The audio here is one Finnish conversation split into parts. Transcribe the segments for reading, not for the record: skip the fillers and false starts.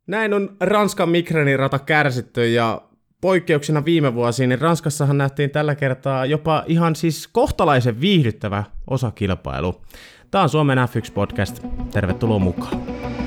Näin on Ranskan migreenirata kärsitty ja poikkeuksena viime vuosiin, niin Ranskassahan nähtiin tällä kertaa jopa ihan siis kohtalaisen viihdyttävä osakilpailu. Tämä on Suomen F1-podcast. Tervetuloa mukaan.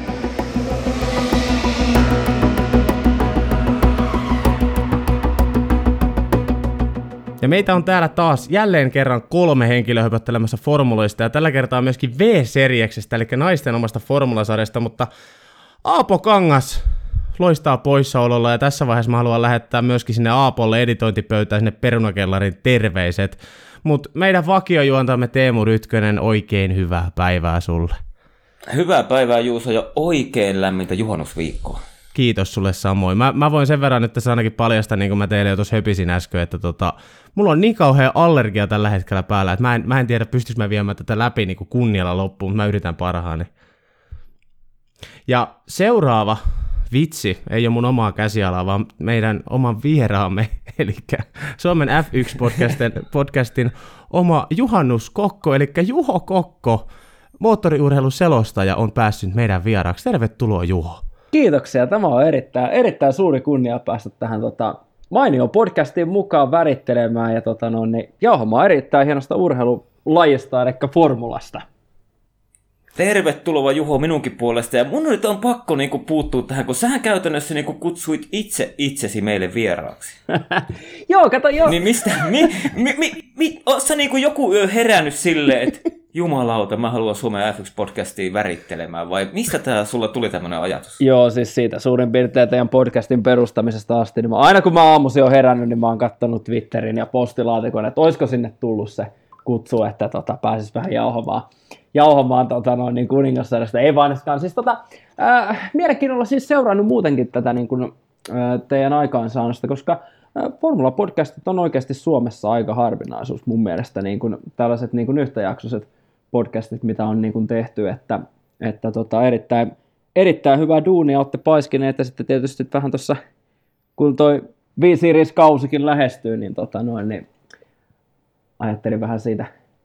Ja meitä on täällä taas jälleen kerran 3 henkilöä höpöttelemässä formuloista ja tällä kertaa myöskin V-serieksestä, eli naisten omasta formulasarjasta, mutta Aapo Kangas loistaa poissaololla ja tässä vaiheessa mä haluan lähettää myöskin sinne Aapolle editointipöytään sinne perunakellarin terveiset. Mutta meidän vakiojuontamme Teemu Rytkönen, oikein hyvää päivää sulle. Hyvää päivää Juuso ja oikein lämmintä juhannusviikkoa. Kiitos sulle samoin. Mä voin sen verran nyt tässä ainakin paljastaa, niin kuin mä teille jo tuossa höpisin äsken, että mulla on niin kauhea allergia tällä hetkellä päällä, että mä en tiedä pystyisikö mä viemään tätä läpi niin kuin kunnialla loppuun, mutta mä yritän parhaani. Ja seuraava vitsi ei ole mun omaa käsialaa, vaan meidän oman vieraamme, eli Suomen F1-podcastin oma juhannuskokko, eli Juho Kokko, moottoriurheiluselostaja, on päässyt meidän vieraaksi. Tervetuloa, Juho. Kiitoksia. Tämä on erittäin suuri kunnia päästä tähän mainioon podcastiin mukaan värittelemään ja jauhamaan erittäin hienosta urheilulajista, eli formulasta. Tervetuloa Juho minunkin puolesta, ja mun nyt on pakko puuttua tähän, kun sähän käytännössä kutsuit itsesi meille vieraaksi. Joo, kato joo. Niin mistä, oot sä joku yö herännyt silleen, että jumalauta, mä haluan Suomen F1-podcastiin värittelemään, vai mistä sulla tuli tämmöinen ajatus? Joo, siis siitä suurin piirtein teidän podcastin perustamisesta asti, niin aina kun mä aamuisin on herännyt, niin mä oon kattonut Twitterin ja postilaatikon, että olisiko sinne tullut se kutsu, että pääsis vähän jauhamaan niin kuningassarjasta. Ei vainaskaan. Siis mielenkiinnolla siis seurannut muutenkin tätä teidän aikaansaannosta, koska Formula-podcastit on oikeasti Suomessa aika harvinaisuus mun mielestä, tällaiset yhtäjaksoiset podcastit, mitä on tehty, että erittäin hyvää duunia olette paiskineet, ja sitten tietysti vähän tuossa, kun toi V-Series-kausikin lähestyy, niin, niin ajattelin vähän siitä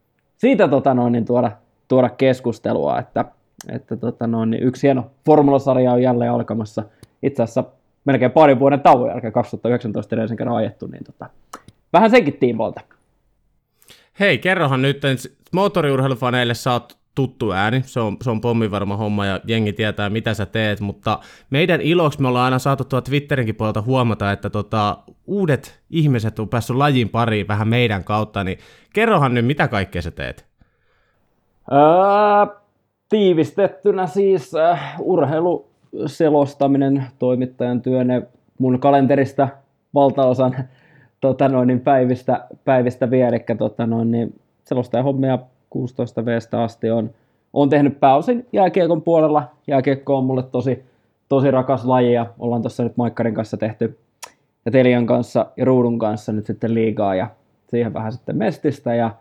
tuoda keskustelua, että niin yksi hieno formulasarja on jälleen alkamassa itse asiassa melkein parin vuoden tauon jälkeen 2019 edellisen kerran ajettu, niin vähän senkin tiimoilta. Hei, kerrohan nyt, moottoriurheilufaneille sä oot tuttu ääni, se on pommivarma homma ja jengi tietää mitä sä teet, mutta meidän iloksi me ollaan aina saatu tuolla Twitterinkin puolelta huomata, että uudet ihmiset on päässyt lajin pariin vähän meidän kautta, niin kerrohan nyt mitä kaikkea sä teet? Tiivistettynä siis urheiluselostaminen, toimittajan työnne, mun kalenterista valtaosan päivistä vie, eli selostajan hommia 16 V:stä asti on tehnyt pääosin jääkiekon puolella. Jääkiekko on mulle tosi rakas laji ja ollaan tuossa nyt Maikkarin kanssa tehty ja Telian kanssa ja Ruudun kanssa nyt sitten liigaa ja siihen vähän sitten Mestistä ja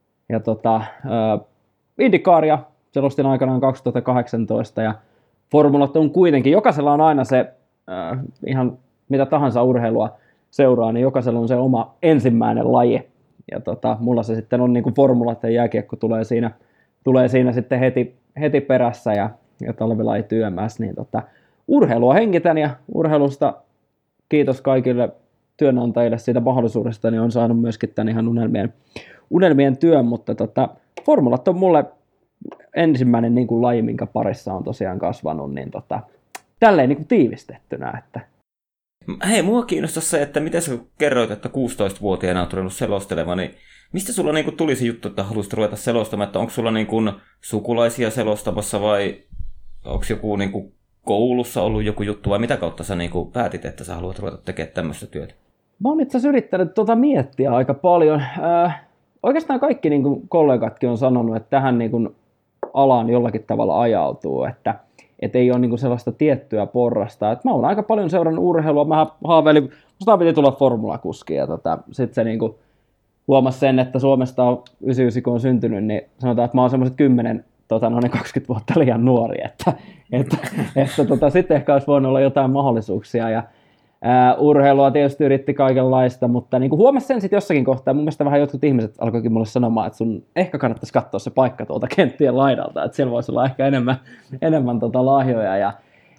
IndyCaria selostin aikanaan 2018 ja formulat on kuitenkin, jokaisella on aina se ihan mitä tahansa urheilua seuraa, niin jokaisella on se oma ensimmäinen laji. Ja mulla se sitten on formulat ja jääkiekko tulee siinä sitten heti perässä ja talvilajit YMS, niin urheilua hengitän ja urheilusta kiitos kaikille työnantajille siitä mahdollisuudesta, niin on saanut myöskin tämän ihan unelmien työn, mutta formulat on mulle ensimmäinen laji, minkä parissa on tosiaan kasvanut, niin tälleen tiivistettynä, että hei, mua kiinnostaa se, että miten sä kerroit, että 16-vuotiaana olet ruvennut selostelemaan, niin mistä sulla tuli se juttu, että haluaisit ruveta selostamaan, että onko sulla sukulaisia selostamassa vai onko joku koulussa ollut joku juttu vai mitä kautta sä päätit, että sä haluat ruveta tekemään tämmöistä työtä? Mä oon itse asiassa yrittänyt miettiä aika paljon. Oikeastaan kaikki kollegatkin on sanonut, että tähän alaan jollakin tavalla ajautuu, että ei ole sellaista tiettyä porrasta. Et mä oon aika paljon seurannut urheilua. Mä haaveilin, musta piti tulla formulakuski ja sitten se huomasi sen, että Suomesta on 99 kun on syntynyt, niin sanotaan, että mä oon semmoiset 20 vuotta liian nuori, että sitten ehkä olisi voinut olla jotain mahdollisuuksia. Ja urheilua tietysti yritti kaikenlaista, mutta huomasi sen sitten jossakin kohtaa. Mun mielestä vähän jotkut ihmiset alkoikin mulle sanomaan, että sun ehkä kannattaisi katsoa se paikka tuolta kenttien laidalta, että siellä voisi olla ehkä enemmän lahjoja. Ja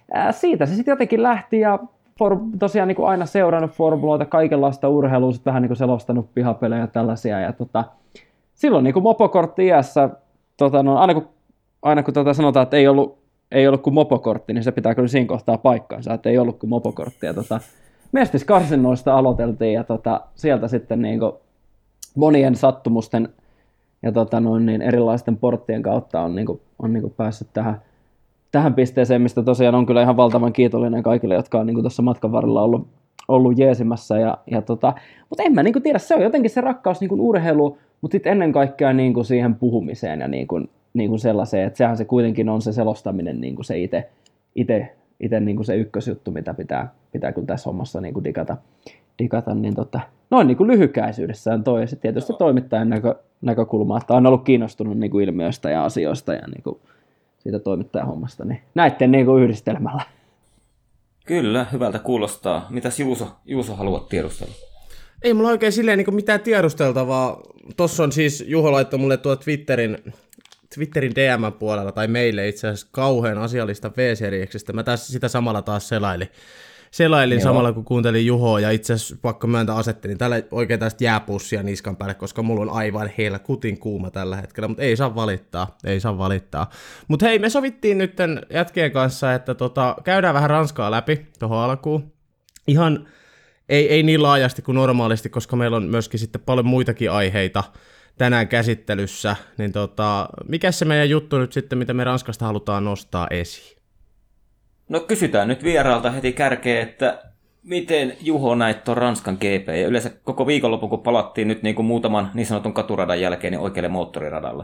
siitä se sitten jotenkin lähti ja tosiaan niin kuin aina seurannut formuloita, kaikenlaista urheilua, sitten vähän niin kuin selostanut pihapelejä ja tällaisia. Ja silloin niin kuin mopokortti-iässä, aina kun sanotaan, että ei ollut kuin mopokortti, niin se pitää kyllä siinä kohtaa paikkaansa, että ei ollut kuin mopokortti. Ja mestiskarsinnoista aloiteltiin ja sieltä sitten niin kuin monien sattumusten ja erilaisten porttien kautta on päässyt tähän pisteeseen, mistä tosiaan on kyllä ihan valtavan kiitollinen kaikille, jotka on niin tuossa matkan varrella ollut jeesimässä. Mutta en mä niin tiedä, se on jotenkin se rakkaus niin urheiluun, mutta sitten ennen kaikkea niin siihen puhumiseen ja niin sellaiseen, että sehän se kuitenkin on se selostaminen niin se itse niin se ykkösjuttu, mitä pitää kyllä tässä hommassa niin digata niin noin niin lyhykäisyydessään toi, ja sitten tietysti toimittajan näkökulma, että on ollut kiinnostunut niin ilmiöistä ja asioista ja niin siitä toimittajan hommasta, niin näitten niin yhdistelmällä. Kyllä, hyvältä kuulostaa. Mitäs Juuso haluat tiedustella? Ei mulla oikein silleen niin mitään tiedusteltavaa. Tossa on siis, Juho laittoi mulle tuolla Twitterin DM-puolella, tai meille itse asiassa kauhean asiallista V-serieksestä. Mä sitä samalla taas selailin samalla, kun kuuntelin Juhoa, ja itse asiassa pakko myöntää asettelin tällä oikein tästä jääpussia niskan päälle, koska mulla on aivan helkutin kuuma tällä hetkellä, mutta ei saa valittaa. Mutta hei, me sovittiin nyt jätkien kanssa, että käydään vähän Ranskaa läpi tuohon alkuun. Ihan ei niin laajasti kuin normaalisti, koska meillä on myöskin sitten paljon muitakin aiheita tänään käsittelyssä, niin mikä se meidän juttu nyt sitten, mitä me Ranskasta halutaan nostaa esiin? No kysytään nyt vieraalta heti kärkeen, että miten Juho näit tuon Ranskan GP, ja yleensä koko viikonloppu, kun palattiin nyt niin kuin muutaman niin sanotun katuradan jälkeen, niin oikealle moottoriradalle?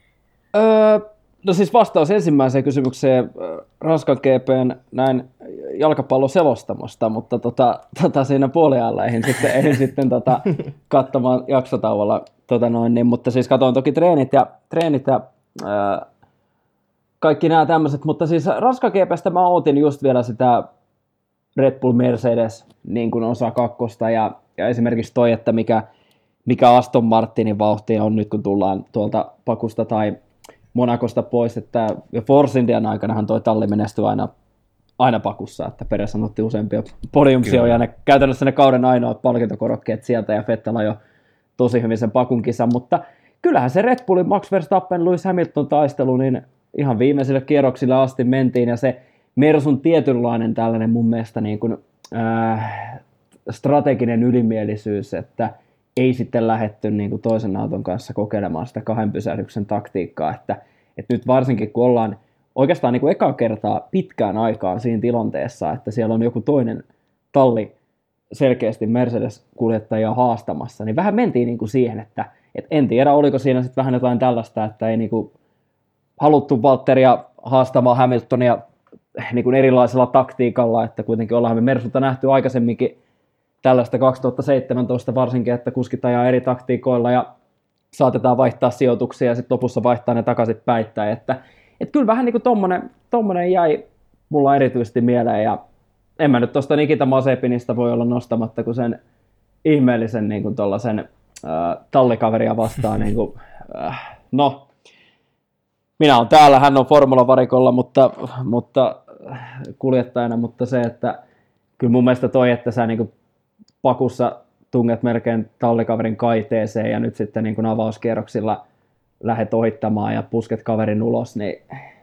No siis vastaus ensimmäiseen kysymykseen Ranskan GP:n näin jalkapalloselostamosta, mutta siinä puoliajalla eihin sitten katsomaan jaksotauolla, mutta siis katsoin toki treenit ja kaikki nämä tämmöiset, mutta siis Ranskan GP:stä mä ootin just vielä sitä Red Bull Mercedes niin kuin osa kakkosta ja esimerkiksi toi, että mikä Aston Martinin vauhti on nyt kun tullaan tuolta Bakusta tai Monacosta pois, että Force Indian aikanahan toi talli menestyi aina Bakussa, että Perez otti useampia podiumsia ja käytännössä ne kauden ainoat palkintokorokkeet sieltä ja Vettel jo tosi hyvin sen Bakun kisan, mutta kyllähän se Red Bullin Max Verstappen, Lewis Hamilton taistelu, niin ihan viimeisille kierroksille asti mentiin ja se Mersun tietynlainen tällainen mun mielestä niin kuin, strateginen ylimielisyys, että ei sitten lähdetty niin kuin toisen auton kanssa kokeilemaan sitä kahden pysähdyksen taktiikkaa, että nyt varsinkin kun ollaan oikeastaan niin kuin ekaa kertaa pitkään aikaan siinä tilanteessa, että siellä on joku toinen talli selkeästi Mercedes-kuljettajia haastamassa, niin vähän mentiin niin kuin siihen, että en tiedä oliko siinä sitten vähän jotain tällaista, että ei niin kuin haluttu Valtteria haastamaan Hamiltonia niin kuin erilaisella taktiikalla, että kuitenkin ollaan me Mersulta nähty aikaisemminkin tällaista 2017 varsinkin, että kuskit ajaa eri taktiikoilla ja saatetaan vaihtaa sijoituksia ja sitten lopussa vaihtaa ne takaisin päittäin, että kyllä vähän niin kuin tommonen jäi mulla erityisesti mieleen ja en mä nyt tuosta Nikita Mazepinista voi olla nostamatta, kun sen ihmeellisen niin kuin tollasen tallikaveria vastaan niin kuin, no minä olen täällä, hän on formulavarikolla, mutta kuljettajana, mutta se, että kyllä mun mielestä toi, että sä niin Bakussa tunget melkein tallikaverin kaiteeseen ja nyt sitten niin avauskierroksilla lähdet ohittamaan ja pusket kaverin ulos, niin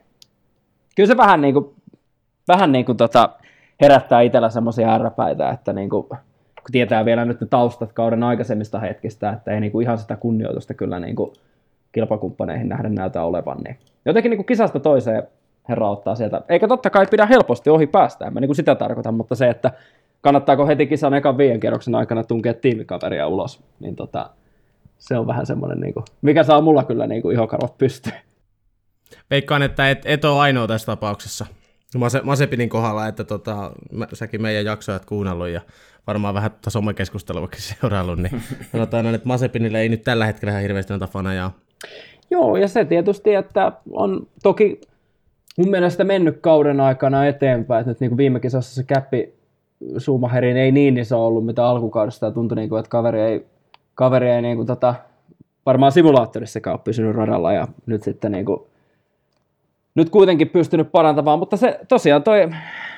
kyllä se vähän niin kuin herättää itsellä semmoisia ärräpäitä, että niin kuin, kun tietää vielä nyt ne taustat kauden aikaisemmista hetkistä, että ei niin kuin ihan sitä kunnioitusta kyllä niin kuin kilpakumppaneihin nähden näytä olevan, niin jotenkin niin kuin kisasta toiseen herra ottaa sieltä, eikä totta kai pidä helposti ohi päästä, en mä niin kuin sitä tarkoitan, mutta se, että kannattaako heti kisan ekan 5 kierroksen aikana tunkea tiimikaveria ulos, niin se on vähän semmoinen, niin kuin, mikä saa mulla kyllä niin kuin ihokarvat pystyyn. Veikkaan, että et ole ainoa tässä tapauksessa. Mazepinin kohdalla, että säkin meidän jaksoja kuunnellut ja varmaan vähän somekeskusteluakin seuraillut, niin sanotaan, että Mazepinille ei nyt tällä hetkellä ihan hirveästi noita faneja. Joo, ja se tietysti, että on toki mun mielestä mennyt kauden aikana eteenpäin, että nyt niin kuin viime kisassa se käppi Schumacherin ei niin iso ollut, mitä alkukaudesta, ja tuntui, niin kuin, että kaveri ei niin kuin, varmaan simulaattorissakaan ole pysynyt radalla, ja nyt sitten niin kuin, nyt kuitenkin pystynyt parantamaan, mutta se tosiaan toi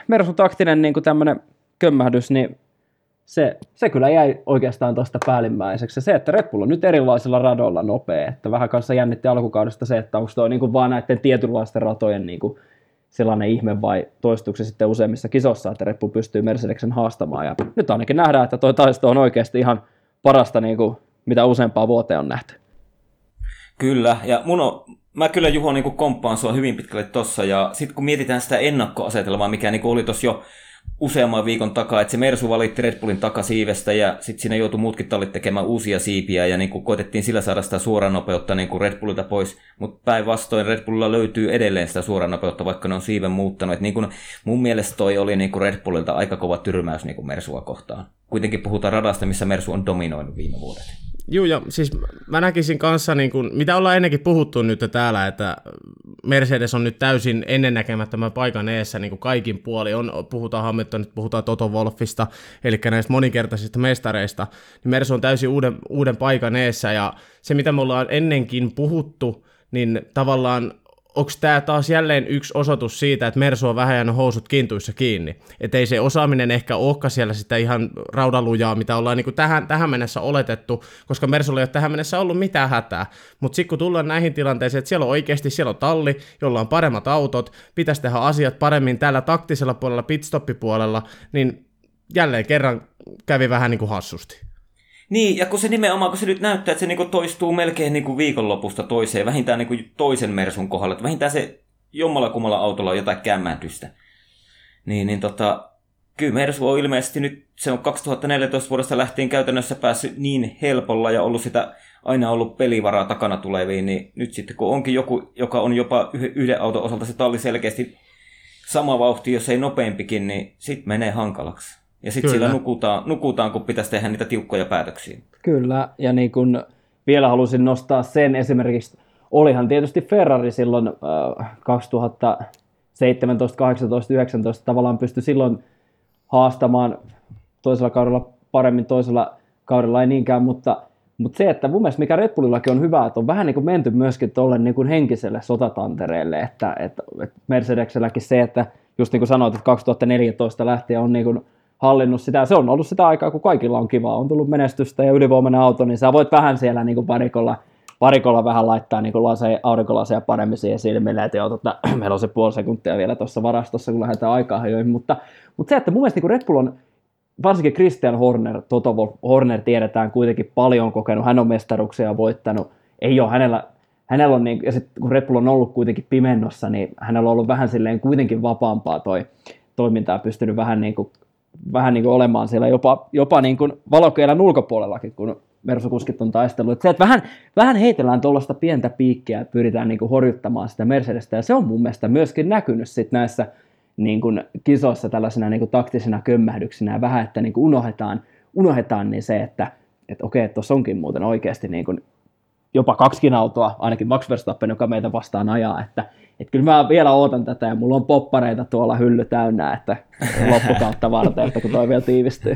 Mersun taktinen niin tämmöinen kömmähdys, niin se kyllä jäi oikeastaan tuosta päällimmäiseksi. Se, että Red Bull on nyt erilaisilla radoilla nopea, että vähän kanssa jännitti alkukaudesta se, että onko toi niin vaan näiden tietynlaisten ratojen niin sellainen ihme vai toistuuko se sitten useimmissa kisossa, että Red Bull pystyy Mercedesen haastamaan. Ja nyt ainakin nähdään, että toi taisto on oikeasti ihan parasta, niin kuin, mitä useampaa vuoteen on nähty. Kyllä, ja mä kyllä Juho niin komppaan sua hyvin pitkälle tossa, ja sitten kun mietitään sitä ennakkoasetelmaa, mikä niin oli tossa jo useamman viikon takaa, että se Mersu valitti Red Bullin takasiivestä, ja sitten siinä joutui muutkin tallit tekemään uusia siipiä, ja niin koetettiin sillä saada sitä suoranopeutta niin Red Bullilta pois, mutta päinvastoin Red Bullilla löytyy edelleen sitä suoranopeutta, vaikka ne on siiven muuttanut. Et niin mun mielestä toi oli niin Red Bullilta aika kova tyrmäys niin Mersua kohtaan. Kuitenkin puhutaan radasta, missä Mersu on dominoinut viime vuodet. Joo, ja siis mä näkisin kanssa, niin kuin, mitä ollaan ennenkin puhuttu nyt täällä, että Mercedes on nyt täysin ennennäkemättömän paikan eessä niin kuin kaikin puoli. Puhutaan Hamiltonista, puhutaan Toto Wolffista, eli näistä moninkertaisista mestareista, niin Mersu on täysin uuden paikan eessä, ja se mitä me ollaan ennenkin puhuttu, niin tavallaan onko tämä taas jälleen yksi osoitus siitä, että Mersu on vähän jäänyt housut kintuissa kiinni? Että ei se osaaminen ehkä olekaan siellä sitä ihan raudalujaa, mitä ollaan niin kuin tähän mennessä oletettu, koska Mersulla ei ole tähän mennessä ollut mitään hätää. Mutta sitten kun tullaan näihin tilanteisiin, että siellä on talli, jolla on paremmat autot, pitäisi tehdä asiat paremmin tällä taktisella puolella, pitstoppipuolella, niin jälleen kerran kävi vähän niin kuin hassusti. Niin, ja kun se nimenomaan, kun se nyt näyttää, että se niinku toistuu melkein niinku viikonlopusta toiseen, vähintään niinku toisen Mersun kohdalla, että vähintään se jommalla kummalla autolla on jotain kämmätystä. Kyllä Mersu on ilmeisesti nyt, se on 2014 vuodesta lähtien käytännössä päässyt niin helpolla ja ollut sitä aina ollut pelivaraa takana tuleviin, niin nyt sitten kun onkin joku, joka on jopa yhden auton osalta se talli selkeästi sama vauhti, jos ei nopeampikin, niin sitten menee hankalaksi. Ja sitten sillä nukutaan, kun pitäisi tehdä niitä tiukkoja päätöksiä. Kyllä, ja niin kun vielä halusin nostaa sen esimerkiksi, olihan tietysti Ferrari silloin 2017, 18, 19 tavallaan pystyi silloin haastamaan toisella kaudella paremmin, toisella kaudella ei niinkään, mutta se, että mun mielestä mikä Red Bullillakin on hyvä, että on vähän niin kuin menty myöskin tuolle niin kuin henkiselle sotatantereelle, että Mercedekselläkin se, että just niin kuin sanoit, että 2014 lähtien on niin kuin hallinnut sitä, se on ollut sitä aikaa, kun kaikilla on kivaa, on tullut menestystä ja ylivoimainen auto, niin sä voit vähän siellä niin kuin varikolla vähän laittaa niin kuin aurinkolaseja paremmin siihen silmille, että meillä on se puoli sekuntia vielä tuossa varastossa, kun lähdetään aikaa hajoihin, mutta se, että mun mielestä niin Red Bull on, varsinkin Christian Horner, Toto Wolff, Horner tiedetään kuitenkin paljon kokenut, hän on mestaruuksia voittanut, ei ole hänellä on niin, ja sitten kun Red Bull on ollut kuitenkin pimennossa, niin hänellä on ollut vähän silleen kuitenkin vapaampaa toi toimintaa, pystynyt vähän niin kuin olemaan siellä jopa niin kuin valokeilän ulkopuolellakin, kun Mersukuskit on taistellut. Että se, että vähän heitellään tuollaista pientä piikkiä ja pyritään niin kuin horjuttamaan sitä Mercedestä, ja se on mun mielestä myöskin näkynyt sit näissä niin kuin kisoissa tällaisena niin kuin taktisena kömmähdyksinä, ja vähän, että niin kuin unohdetaan niin se, että okei, että tuossa onkin muuten oikeasti niin kuin jopa 2 autoa, ainakin Max Verstappen, joka meitä vastaan ajaa, että kyllä mä vielä ootan tätä, ja mulla on poppareita tuolla hylly täynnä, että loppukautta varten, että kun toi vielä tiivistyy.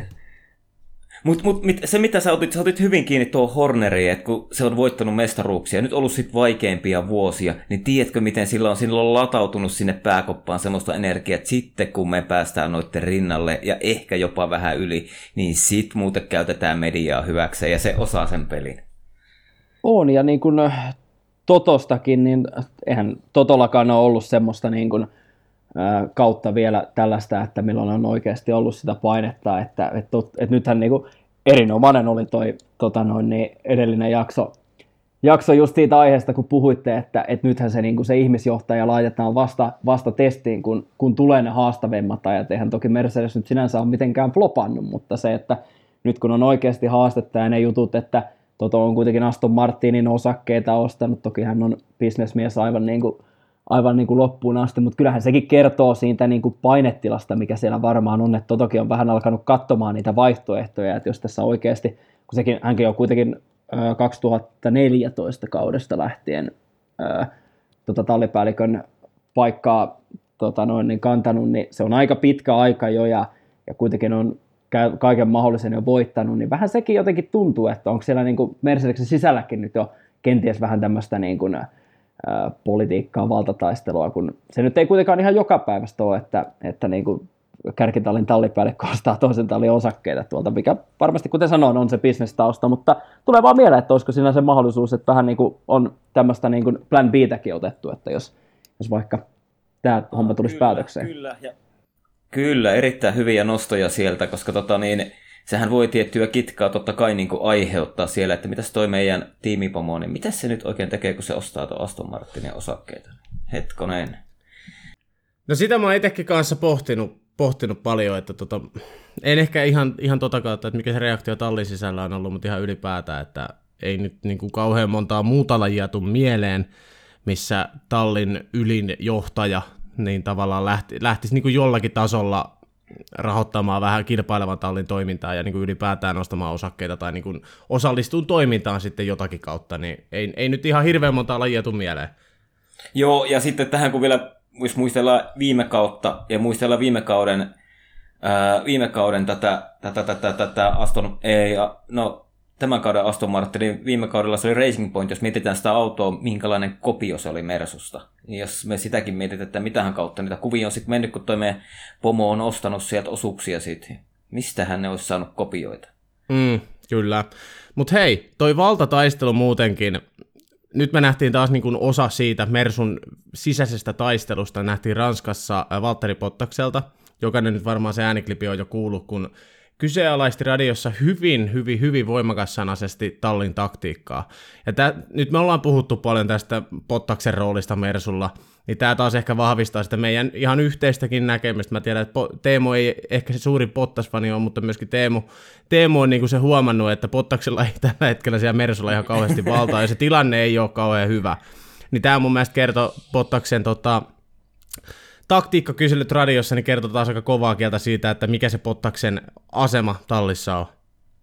Mutta se mitä sä otit hyvin kiinni tuohon Horneriin, että kun se on voittanut mestaruuksia ja nyt ollut sit vaikeimpia vuosia, niin tiedätkö miten sillä on latautunut sinne pääkoppaan semmoista energiaa, että sitten kun me päästään noitten rinnalle ja ehkä jopa vähän yli, niin sit muuten käytetään mediaa hyväkseen ja se osaa sen pelin. On, ja niin kuin Totostakin, niin eihän Totollakaan ole ollut semmoista niin kuin, kautta vielä tällaista, että milloin on oikeasti ollut sitä painetta, että nythän niin kuin erinomainen oli toi edellinen jakso just siitä aiheesta, kun puhuitte, että nythän se, niin kuin se ihmisjohtaja laitetaan vasta testiin, kun tulee ne haastavimmat ajat. Eihän toki Mercedes nyt sinänsä ole mitenkään flopannut, mutta se, että nyt kun on oikeasti haastetta ja ne jutut, että Toto on kuitenkin Aston Martinin osakkeita ostanut, toki hän on bisnesmies aivan niin kuin loppuun asti, mutta kyllähän sekin kertoo siitä niin kuin painetilasta, mikä siellä varmaan on, että Totokin on vähän alkanut katsomaan niitä vaihtoehtoja, että jos tässä oikeasti, kun hänkin on kuitenkin 2014 kaudesta lähtien tallipäällikön paikkaa kantanut, niin se on aika pitkä aika jo, ja kuitenkin on kaiken mahdollisen jo voittanut, niin vähän sekin jotenkin tuntuu, että onko siellä niin kuin Mercedesen sisälläkin nyt jo kenties vähän tämmöistä niin kuin politiikkaa, valtataistelua, kun se nyt ei kuitenkaan ihan joka päivästä ole, että niin kuin kärkitallin tallipäällikkö ostaa toisen tallin osakkeita tuolta, mikä varmasti, kuten sanoin, on se bisnestausta, mutta tulee vaan mieleen, että olisiko siinä se mahdollisuus, että vähän niin kuin on tämmöistä niin kuin plan B:täkin otettu, että jos vaikka tämä homma tulisi päätökseen. Kyllä, erittäin hyviä nostoja sieltä, koska sehän voi tiettyä kitkaa totta kai niin kuin aiheuttaa siellä, että mitäs toi meidän tiimipomo, niin mitä se nyt oikein tekee, kun se ostaa tuon Aston Martinin osakkeita? Hetkonen. No sitä mä oon itsekin kanssa pohtinut paljon, että en ehkä ihan tota kautta, että mikä se reaktio tallin sisällä on ollut, mutta ihan ylipäätään, että ei nyt niin kuin kauhean montaa muuta lajia tuu mieleen, missä tallin ylin johtaja niin tavallaan lähtisi niin kuin jollakin tasolla rahoittamaan vähän kilpailevan tallin toimintaa ja niin kuin ylipäätään nostamaan osakkeita tai niin kuin osallistuu toimintaan sitten jotakin kautta, niin ei nyt ihan hirveän montaa lajia tuu mieleen. Joo, ja sitten tähän kun vielä jos muistellaan viime kautta ja muistellaan viime kauden tätä Aston, tämän kauden Aston Martinin, viime kaudella se oli Racing Point, jos mietitään sitä autoa, minkälainen kopio se oli Mersusta. Niin jos me sitäkin mietitään, että mitähän kautta niitä kuvia on sitten mennyt, kun toi meidän pomo on ostanut sieltä osuuksia siitä. Mistähän ne olisi saanut kopioita? Kyllä. Mutta hei, toi valtataistelu muutenkin, nyt me nähtiin taas niin kuin osa siitä Mersun sisäisestä taistelusta, nähtiin Ranskassa Valtteri Bottakselta, jokainen nyt varmaan se ääniklipi on jo kuullut, kun kyseenalaisti radiossa hyvin voimakassanaisesti tallin taktiikkaa. Ja nyt me ollaan puhuttu paljon tästä Bottaksen roolista Mersulla, niin tämä taas ehkä vahvistaa sitä meidän ihan yhteistäkin näkemystä. Mä tiedän, että Teemu ei ehkä se suurin Bottas-fani ole, mutta myöskin Teemu on niin kuin se huomannut, että Bottaksella ei tällä hetkellä siellä Mersulla ihan kauheasti valtaa, ja se tilanne ei ole kauhean hyvä. Niin tämä mun mielestä kertoo Bottaksen taktiikkakyselyt radiossa, niin kertoo taas aika kovaa kieltä siitä, että mikä se Bottaksen asema tallissa on.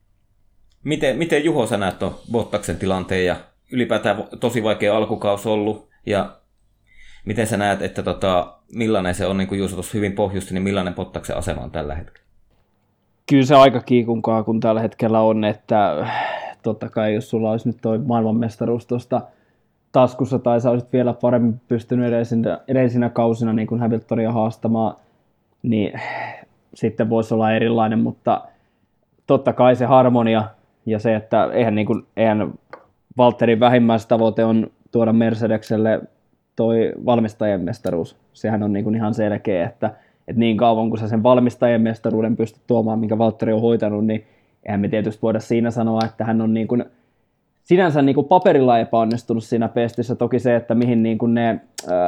Miten Juho sä näet tuon Bottaksen tilanteen ja ylipäätään tosi vaikea alkukausi ollut ja miten sä näet, että millainen se on, niin kuin Juuso tuossa hyvin pohjusti, niin millainen Bottaksen asema on tällä hetkellä? Kyllä se aika kiikunkaa, kun tällä hetkellä on, että totta kai jos sulla olisi nyt toi maailmanmestaruus tuosta taskussa tai sä olisit vielä paremmin pystynyt edellisinä kausina niin kuin Hamiltonia haastamaan, niin sitten voisi olla erilainen, mutta totta kai se harmonia ja se, että eihän Valtterin vähimmäistavoite on tuoda Mercedekselle toi valmistajien mestaruus. Sehän on niin kuin ihan selkeä, että niin kauan kun sä sen valmistajien mestaruuden pystyt tuomaan, minkä Valtteri on hoitanut, niin eihän me tietysti voida siinä sanoa, että hän on niin kuin sinänsä niin kuin paperilla epäonnistunut siinä pestissä. Toki se, että mihin niin kuin ne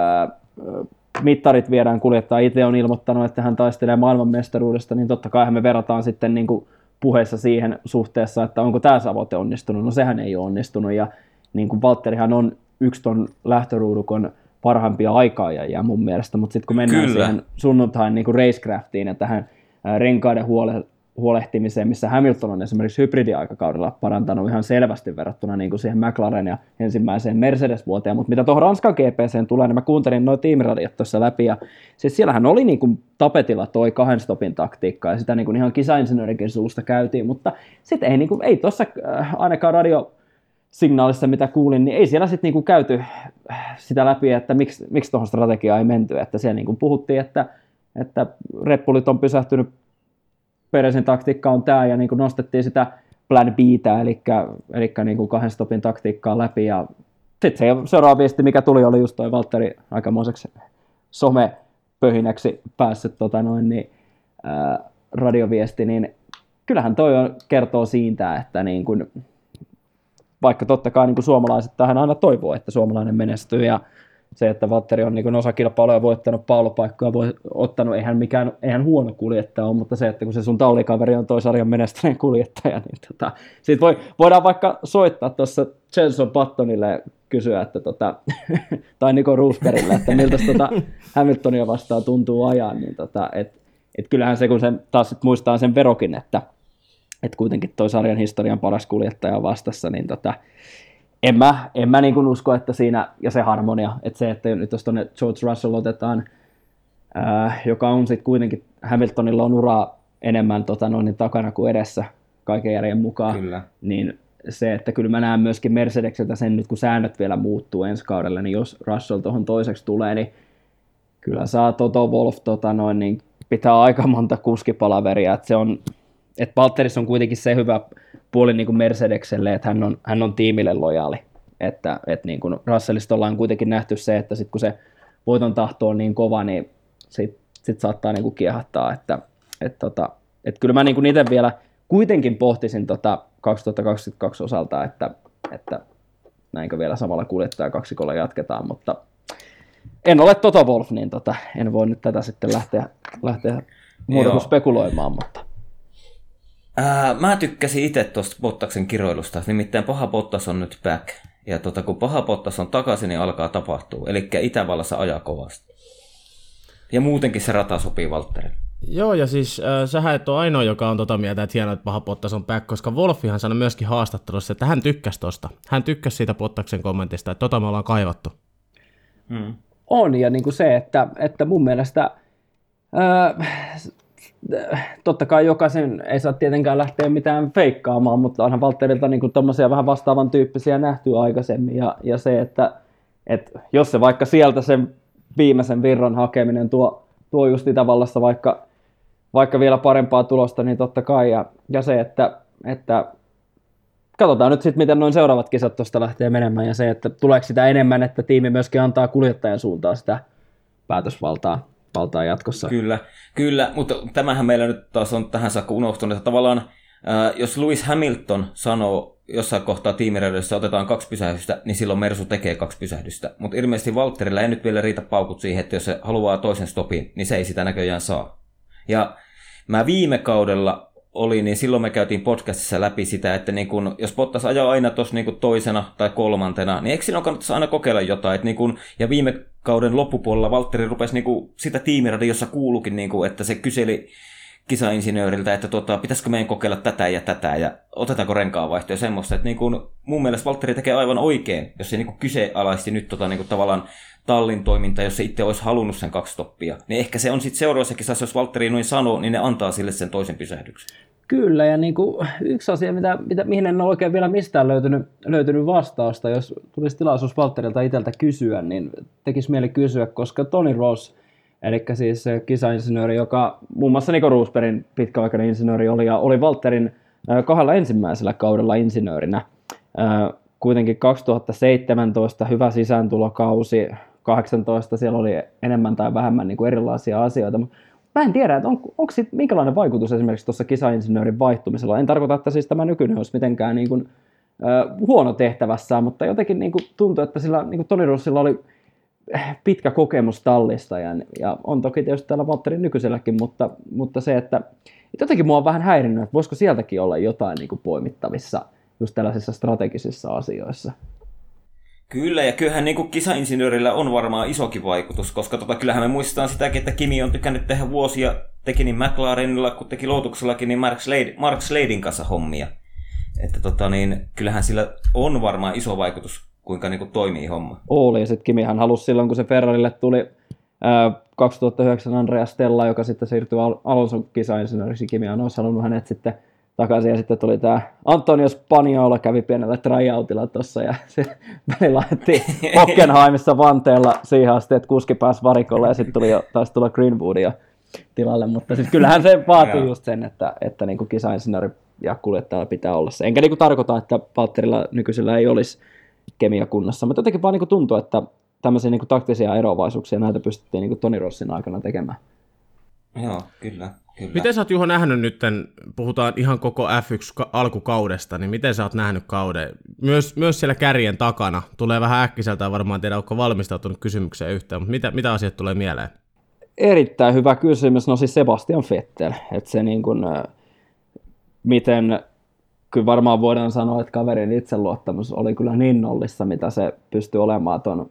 mittarit viedään kuljettaa. Itse on ilmoittanut, että hän taistelee maailmanmestaruudesta, niin totta kai me verrataan sitten niin kuin puheessa siihen suhteessa, että onko tämä tavoite onnistunut. No sehän ei ole onnistunut ja niin kuin Valtterihan on yksi ton lähtöruudukon parhaimpia aikaajia mun mielestä, mutta sitten kun mennään siihen sunnuntain niin kuin racecraftiin ja tähän renkaiden huolehtimiseen, missä Hamilton on esimerkiksi hybridiaikakaudella parantanut ihan selvästi verrattuna niin kuin siihen McLaren ja ensimmäiseen Mercedes-vuoteen, mutta mitä tuohon Ranskan GPCen tulee, niin mä kuuntelin noin tiimiradiot tuossa läpi, ja siis siellähän oli niin kuin tapetilla toi 2 stopin taktiikka, ja sitä niin kuin ihan kisainsinöörikin suusta käytiin, mutta sitten ei tuossa ainakaan radiosignaalissa, mitä kuulin, niin ei siellä sitten niin kuin käyty sitä läpi, että miksi tuohon strategiaan ei menty, että siellä niin kuin puhuttiin, että Red Bullit on pysähtynyt, Peresin taktiikka on tämä, ja niin kuin nostettiin sitä plan B:tä, eli niin kuin 2 stopin taktiikkaa läpi, ja sitten se seuraava viesti, mikä tuli, oli just toi Valtteri aikamoiseksi somepöhinäksi päässyt radioviesti, niin kyllähän toi kertoo siitä, että niin kuin, vaikka totta kai niin kuin suomalaiset tähän aina toivoo, että suomalainen menestyy, ja se, että Valtteri on niin osakilpailuja voittanut palopaikkoja, ottanut, eihän huono kuljettaja ole, mutta se, että kun se sun tallikaveri on toi sarjan menestyneen kuljettaja, niin siitä voidaan vaikka soittaa tuossa Jenson Buttonille ja kysyä, että tai Nico Rosbergille, että miltä Hamiltonia vastaan tuntuu ajaa, niin et kyllähän se, kun sen taas sit muistaa sen verokin, että kuitenkin toi sarjan historian paras kuljettaja on vastassa, niin en mä niin kuin usko, että siinä, ja se harmonia, että se, että nyt jos tuonne George Russell otetaan, joka on sitten kuitenkin, Hamiltonilla on uraa enemmän takana kuin edessä kaiken järjen mukaan, kyllä. Niin se, että kyllä mä näen myöskin Mercedekseltä sen nyt, kun säännöt vielä muuttuu ensi kaudella, niin jos Russell tuohon toiseksi tulee, niin kyllä saa Toto Wolff niin pitää aika monta kuskipalaveria, että Valtterissa on kuitenkin se hyvä puoli niin kuin Mercedekselle, että hän on tiimille lojaali, että niin kuin Russellista ollaan kuitenkin nähty se, että sit kun se voiton tahto on niin kova, niin sit saattaa niin kuin kiehahtaa, että kyllä mä niin kuin itse vielä kuitenkin pohtisin 2022 osalta, että näinkö vielä samalla kuljettajakaksikolla jatketaan, mutta en ole Toto Wolff, niin en voi nyt tätä sitten lähteä muuta kuin spekuloimaan, mutta... Mä tykkäsin itse tuosta Bottaksen kiroilusta, nimittäin paha Bottas on nyt back. Ja kun paha Bottas on takaisin, niin alkaa tapahtua. Eli Itävallassa ajaa kovasti. Ja muutenkin se rata sopii Valtterille. Joo, ja siis sähän et ole ainoa, joka on mieltä, että hienoa, että paha Bottas on back, koska Wolffihan sanoi myöskin haastattelussa, että hän tykkäsi tosta. Hän tykkäsi siitä Bottaksen kommentista, että me ollaan kaivattu. On, ja niin kuin se, että mun mielestä totta kai jokaisen ei saa tietenkään lähteä mitään feikkaamaan, mutta onhan Valtterilta niin kuin tommosia vähän vastaavan tyyppisiä nähty aikaisemmin, ja se, että jos se vaikka sieltä sen viimeisen virran hakeminen tuo just Itävallassa vaikka vielä parempaa tulosta, niin totta kai, ja se, että katsotaan nyt sitten, miten noin seuraavat kisat tuosta lähtee menemään, ja se, että tuleeko sitä enemmän, että tiimi myöskin antaa kuljettajan suuntaan sitä päätösvaltaa jatkossa. Kyllä, mutta tämähän meillä nyt taas on tähän saakka unohtunut, että tavallaan jos Lewis Hamilton sanoo jossain kohtaa tiimireudessa otetaan 2 pysähdystä, niin silloin Mersu tekee 2 pysähdystä. Mutta ilmeisesti Valtterilla ei nyt vielä riitä paukut siihen, että jos se haluaa toisen stopin, niin se ei sitä näköjään saa. Ja mä viime kaudella niin silloin me käytiin podcastissa läpi sitä, että niin kun, jos Bottas ajaa aina tuossa niin toisena tai kolmantena, niin eikö silloin kannattaisi aina kokeilla jotain? Että niin kun, ja viime kauden loppupuolella Valtteri rupesi niin kun, sitä tiimiradiossa kuulukin, niin kun, että se kyseli kisainsinööriltä, että pitäisikö meidän kokeilla tätä ja otetaanko renkaanvaihtoja ja semmoista. Että niin kun, mun mielestä Valtteri tekee aivan oikein, jos se niin kun kyseenalaisti nyt niin kun, tavallaan tallin toiminta, jos se itse olisi halunnut sen 2 stoppia. Niin ehkä se on sitten seuraavassa kisassa, jos Valtteri noin sanoo, niin ne antaa sille sen toisen pysähdyksen. Kyllä, ja niin kuin yksi asia, mihin en ole oikein vielä mistään löytynyt vastausta, jos tulisi tilaisuus Valtterilta itseltä kysyä, niin tekisi mieli kysyä, koska Tony Ross, eli siis kisainsinööri, joka muun muassa Nico Rosbergin pitkäaikainen insinööri oli Valtterin 2 ensimmäisellä kaudella insinöörinä. Kuitenkin 2017 hyvä sisääntulokausi, 18 siellä oli enemmän tai vähemmän niin kuin erilaisia asioita. Mä en tiedä, että onko minkälainen vaikutus esimerkiksi tuossa kisainsinöörin vaihtumisella. En tarkoita, että siis tämä nykyinen olisi mitenkään niin kuin, huono tehtävässään, mutta jotenkin niin kuin tuntuu, että sillä niin kuin Tony Rossilla oli pitkä kokemus tallista ja on toki tietysti täällä Valtterin nykyiselläkin, mutta se, että jotenkin mua on vähän häirinnyt, että voisiko sieltäkin olla jotain niin kuin poimittavissa just tällaisissa strategisissa asioissa. Kyllä, ja kyllähän niin kuin kisainsinöörillä on varmaan isokin vaikutus, koska kyllähän me muistetaan sitäkin, että Kimi on tykännyt tehdä vuosia, teki niin McLarenilla kuin teki Lotuksellakin, niin Mark Sladein kanssa hommia. Että kyllähän sillä on varmaan iso vaikutus, kuinka niin kuin toimii homma. Oli, ja sitten Kimihän halusi silloin, kun se Ferrarille tuli 2009 Andreas Stella, joka sitten siirtyi Alonson kisainsinööriksi, Kimihan olisi halunnut hänet sitten takaisin, ja sitten tuli tämä Antonio Spagnola kävi pienellä tryoutilla tuossa, ja se välillä laitettiin Hockenheimissa vanteella siihen asti, että kuski pääsi varikolle, ja sitten taisi tulla Greenwoodia tilalle, mutta siis kyllähän se vaatii just sen, että niin kuin kisainsinööri ja kuljettajalla pitää olla se. Enkä niin kuin tarkoita, että Valtterilla nykyisellä ei olisi kemia kunnossa, mutta jotenkin vaan niin kuin tuntuu, että tämmöisiä niin kuin taktisia eroavaisuuksia näitä pystyttiin niin kuin Tony Rossin aikana tekemään. Joo, kyllä. Miten sä oot, Juho, nähnyt nyt, puhutaan ihan koko F1 alkukaudesta, niin miten sä oot nähnyt kauden? Myös siellä kärjen takana. Tulee vähän äkkiseltä, varmaan tiedä, onko valmistautunut kysymykseen yhtään, mutta mitä asiat tulee mieleen? Erittäin hyvä kysymys. No siis Sebastian Vettel. Että se niin kuin, miten, kyllä varmaan voidaan sanoa, että kaverin itseluottamus oli kyllä niin nollissa, mitä se pystyi olemaan tuon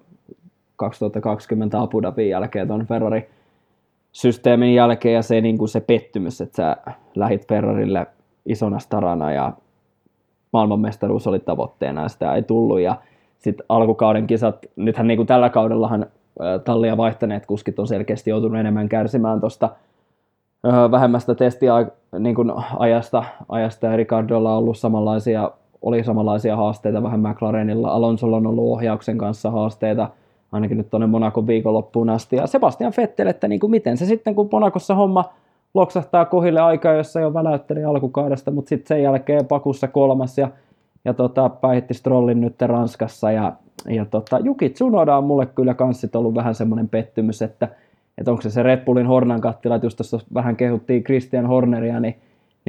2020 Abu Dhabin jälkeen tuon Ferrari-systeemin jälkeen, ja se, niin kuin se pettymys, että sä lähit Ferrarille isona starana ja maailmanmestaruus oli tavoitteena ja sitä ei tullut, ja sitten alkukauden kisat, nythän niin kuin tällä kaudellahan tallia vaihtaneet kuskit on selkeästi joutunut enemmän kärsimään tuosta vähemmästä niin kuin ajasta, ja Ricardolla on ollut samanlaisia haasteita vähän McLarenilla, Alonsolla on ollut ohjauksen kanssa haasteita ainakin nyt tuonne Monacon viikonloppuun asti. Ja Sebastian Vettel, että niin kuin miten se sitten, kun Monacossa homma loksahtaa kohille aikaa, jossa jo väläytteli alkukaudesta, mutta sitten sen jälkeen Bakussa 3. ja päihitti Strollin nyt Ranskassa. Ja Yuki Tsunoda on mulle kyllä kans ollut vähän semmoinen pettymys, että onko se Red Bullin Hornan kattila, että just tuossa vähän kehuttiin Christian Horneria, niin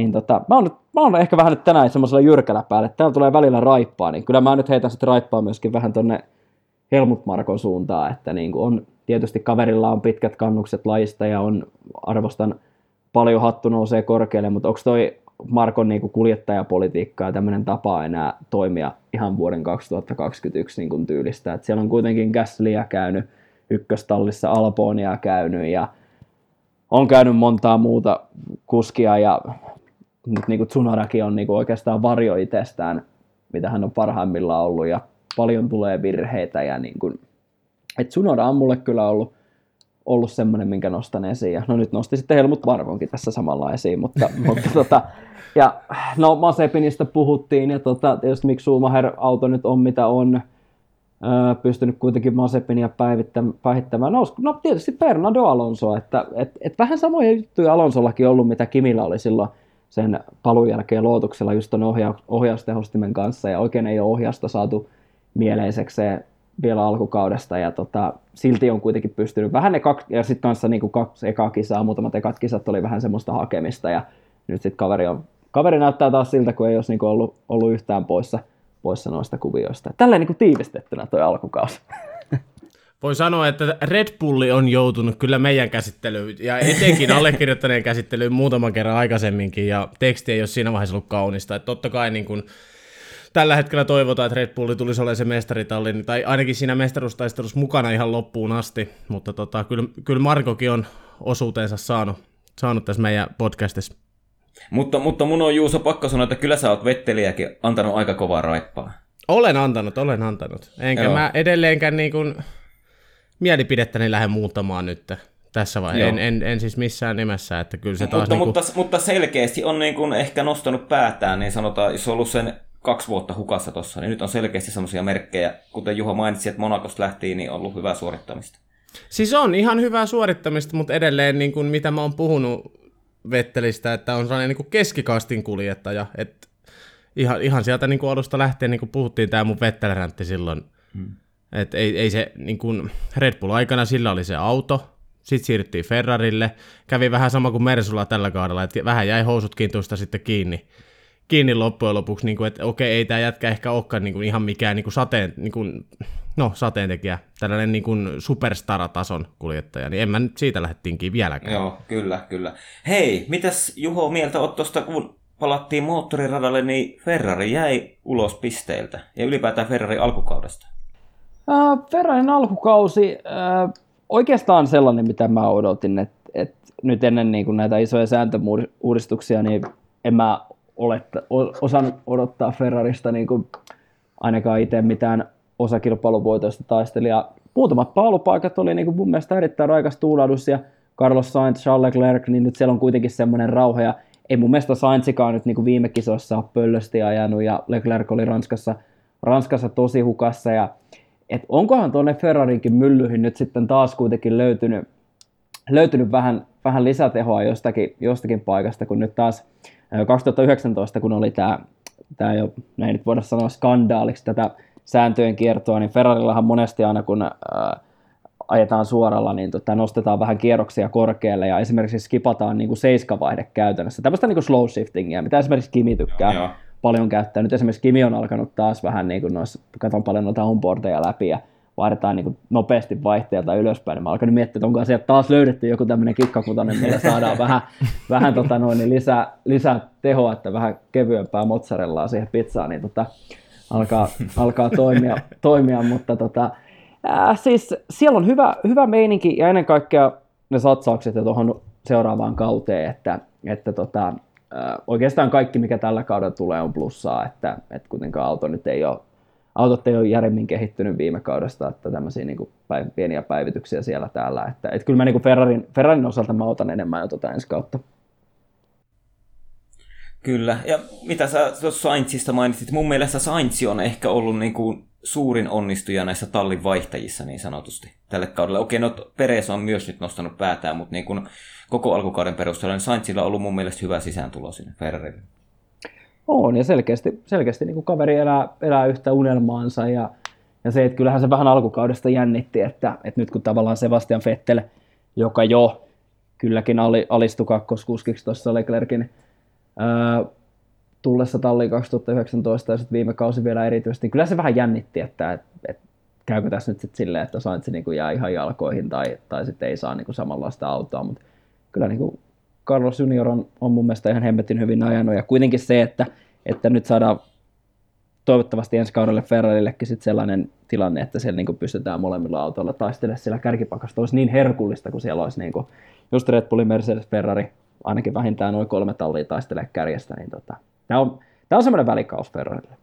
mä oon ehkä vähän nyt tänään semmoisella jyrkällä päällä, että täällä tulee välillä raippaa, niin kyllä mä nyt heitän sitten raippaa myöskin vähän tonne Helmut Markon suuntaan, että niin kuin on, tietysti kaverilla on pitkät kannukset lajista ja arvostan paljon, hattu nousee korkealle, mutta onko toi Markon niin kuin kuljettajapolitiikka ja tämmöinen tapa enää toimia ihan vuoden 2021 niin kuin tyylistä, että siellä on kuitenkin Gaslyä käynyt ykköstallissa, Albonia käynyt ja on käynyt montaa muuta kuskia ja nyt niin kuin Tsunodakin on niin kuin oikeastaan varjo itsestään, mitä hän on parhaimmillaan ollut ja paljon tulee virheitä ja niin kuin, että Tsunoda on mulle kyllä ollut semmoinen, minkä nostan esiin ja no nyt nosti sitten Helmut Markonkin tässä samalla esiin, mutta ja no Mazepinista puhuttiin ja tietysti miksi Schumacher-auto nyt on mitä on, pystynyt kuitenkin Mazepinia päihittämään. No tietysti Fernando Alonso, että vähän samoja juttuja Alonsollakin ollut, mitä Kimillä oli silloin sen paluun jälkeen Lootuksella just ton ohjaustehostimen kanssa, ja oikein ei ole ohjausta saatu mieleisekseen vielä alkukaudesta, ja silti on kuitenkin pystynyt vähän ja sitten kanssa niin kuin 2 ekaa kisaa, muutamat ekat kisat oli vähän semmoista hakemista, ja nyt sitten kaveri näyttää taas siltä, kun ei olisi niin kuin ollut yhtään poissa noista kuvioista. Tälleen niin kuin tiivistettynä toi alkukausi. Voi sanoa, että Red Bulli on joutunut kyllä meidän käsittelyyn, ja etenkin allekirjoittaneen käsittelyyn muutaman kerran aikaisemminkin, ja teksti ei ole siinä vaiheessa ollut kaunista. Että totta kai niin kuin tällä hetkellä toivotaan, että Red Bulli tulisi olemaan se mestaritalli, tai ainakin siinä mestaruustaistelussa mukana ihan loppuun asti, mutta kyllä Markokin on osuutensa saanut tässä meidän podcastissa. Mutta mun on Juuso pakko sanoa, että kyllä sä oot Vetteliäkin antanut aika kovaa raippaa. Olen antanut. Enkä Joo. mä edelleenkään niin kuin mielipidettäni lähde muuttamaan nyt tässä vaiheessa. En siis missään nimessä, että kyllä se taas mutta selkeästi on niin kuin ehkä nostanut päätään, niin sanotaan, jos on ollut sen 2 vuotta hukassa tossa, niin nyt on selkeästi semmoisia merkkejä, kuten Juha mainitsi, että Monacosta lähtiin, niin on ollut hyvää suorittamista. Siis on ihan hyvää suorittamista, mutta edelleen niin kuin mitä mä oon puhunut Vettelistä, että on sellainen niin kuin keskikastin kuljettaja, että ihan sieltä niin kuin alusta lähtien, niin kuin puhuttiin tämä mun Vettel-räntti silloin, että ei se niin kuin Red Bull aikana sillä oli se auto, sitten siirryttiin Ferrarille, kävi vähän sama kuin Mersulla tällä kaudella, että vähän jäi housut kintuista sitten kiinni loppujen lopuksi, niin kuin, että okei, ei tämä jätkä ehkä olekaan niin kuin ihan mikään niin kuin sateentekijä, tällainen niin kuin superstar-tason kuljettaja, niin en mä nyt siitä lähdettiinkin vieläkään. Joo, kyllä. Hei, mitäs Juho mieltä oot tuosta, kun palattiin moottoriradalle, niin Ferrari jäi ulos pisteiltä, ja ylipäätään Ferrarin alkukaudesta? Ferrarin alkukausi oikeastaan sellainen, mitä mä odotin, että nyt ennen niin kuin näitä isoja sääntöuudistuksia, niin en mä osannut odottaa Ferrarista niin kuin ainakaan itse mitään osakilpailuvoitoista taistelijaa. Muutamat paalupaikat oli niin kuin mun mielestä erittäin raikas tuulahdus, ja Carlos Sainz, Charles Leclerc, niin nyt siellä on kuitenkin semmoinen rauha, ja ei mun mielestä Sainzikaan nyt niin kuin viime kisoissa ole pöllösti ajanut, ja Leclerc oli Ranskassa tosi hukassa, ja et onkohan tuonne Ferrarinkin myllyihin nyt sitten taas kuitenkin löytynyt vähän lisätehoa jostakin paikasta, kun nyt taas 2019, kun oli tämä jo, näin nyt voidaan sanoa skandaaliksi tätä sääntöjen kiertoa, niin Ferrarillahan monesti aina kun ajetaan suoralla, niin nostetaan vähän kierroksia korkealle ja esimerkiksi skipataan niin kuin seiskavaihde käytännössä. Tällaista niin kuin slow shiftingia, mitä esimerkiksi Kimi tykkää paljon käyttää. Nyt esimerkiksi Kimi on alkanut taas vähän, niin kuin katson paljon noita onboardeja läpi ja vaihdetaan niin kuin nopeasti vaihteelta ylöspäin. Mä oon alkanut miettiä, että onko sieltä taas löydetty joku tämmöinen kikkakutonen, millä saadaan vähän lisää tehoa, että vähän kevyempää mozzarellaa siihen pizzaan, niin alkaa toimia, mutta siis siellä on hyvä meininki ja ennen kaikkea ne satsaukset ja tuohon seuraavaan kauteen, että oikeastaan kaikki, mikä tällä kaudella tulee, on plussaa, että kuitenkaan autot ei ole järimmin kehittynyt viime kaudesta, että tämmöisiä niin kuin pieniä päivityksiä siellä täällä, että kyllä mä niin kuin Ferrarin osalta mä otan enemmän jo ensi kautta. Kyllä, ja mitä sä tuossa Sainzista mainitsit, mun mielestä Sainz on ehkä ollut niin kuin suurin onnistuja näissä tallin vaihtajissa niin sanotusti tälle kaudelle. Okei, no Perez on myös nyt nostanut päätään, mutta niin kuin koko alkukauden perusteella niin Sainzilla on ollut mun mielestä hyvä sisääntulo sinne Ferrarille. On, ja selkeästi niin kuin kaveri elää yhtä unelmaansa, ja se, että kyllähän se vähän alkukaudesta jännitti, että nyt kun tavallaan Sebastian Vettel, joka jo kylläkin alistui kakkoskuskiksi tuossa Leclerkin tullessa talliin 2019 ja sitten viime kausi vielä erityisesti, niin kyllä se vähän jännitti, että käykö tässä nyt sitten silleen, että Sainz niin jää ihan jalkoihin tai sitten ei saa niin kuin samanlaista autoa, mutta kyllä niin kuin Carlos Junior on mun mielestä ihan hemmetin hyvin ajanut, ja kuitenkin se, että nyt saadaan toivottavasti ensi kaudelle Ferrarillekin sit sellainen tilanne, että siellä niin pystytään molemmilla autoilla taistelemaan siellä kärkipakasta, olisi niin herkullista, kun siellä olisi niin kuin just Red Bulli, Mercedes, Ferrari, ainakin vähintään noin 3 tallia taistelee kärjestä, niin tämä on semmoinen välikaus Ferrarille.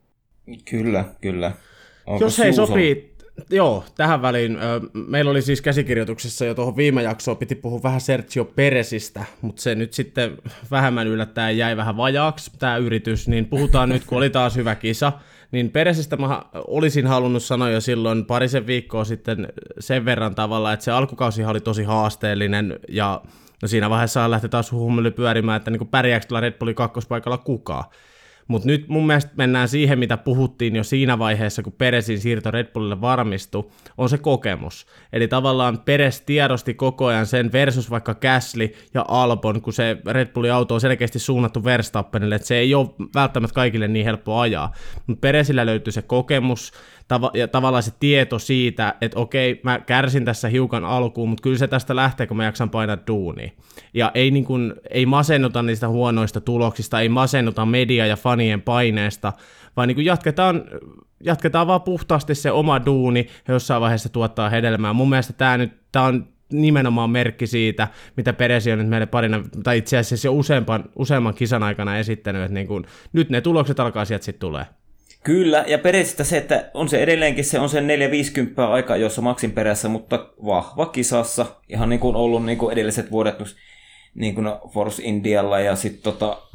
Kyllä. Jos hei sopii, joo, tähän väliin. Meillä oli siis käsikirjoituksessa jo tuohon viime jaksoon, piti puhua vähän Sergio Perezistä, mutta se nyt sitten vähemmän yllättäen jäi vähän vajaaksi tämä yritys, niin puhutaan nyt, kun oli taas hyvä kisa, niin Perezistä mä olisin halunnut sanoa jo silloin parisen viikkoa sitten sen verran tavalla, että se alkukausihan oli tosi haasteellinen, ja no siinä vaiheessa lähti taas huumeli pyörimään, että niin pärjääkö tuolla Red Bullin kakkospaikalla kukaan. Mutta nyt mun mielestä mennään siihen, mitä puhuttiin jo siinä vaiheessa, kun Perezin siirto Red Bullille varmistui, on se kokemus. Eli tavallaan Perez tiedosti koko ajan sen versus vaikka Gasly ja Albon, kun se Red Bullin auto on selkeästi suunnattu Verstappenille, että se ei ole välttämättä kaikille niin helppo ajaa. Mutta Perezillä löytyi se kokemus ja tavallaan se tieto siitä, että okei, mä kärsin tässä hiukan alkuun, mutta kyllä se tästä lähtee, kun mä jaksan painaa duunia. Ja ei masennuta niistä huonoista tuloksista, ei masennuta media ja fanien paineesta, vaan niin kuin jatketaan vaan puhtaasti se oma duuni, ja jossain vaiheessa tuottaa hedelmää. Mun mielestä tämä on nimenomaan merkki siitä, mitä Perez on nyt meille parina, tai itse asiassa jo useamman kisan aikana esittänyt, että niin kuin, nyt ne tulokset alkaa sieltä sitten tulee. Kyllä, ja Perezistä se, että on se edelleenkin se on sen 450 aika, jossa Maxin perässä, mutta vahva kisassa, ihan niin kuin ollut niin kuin edelliset vuodet niin kuin Force Indialla ja sitten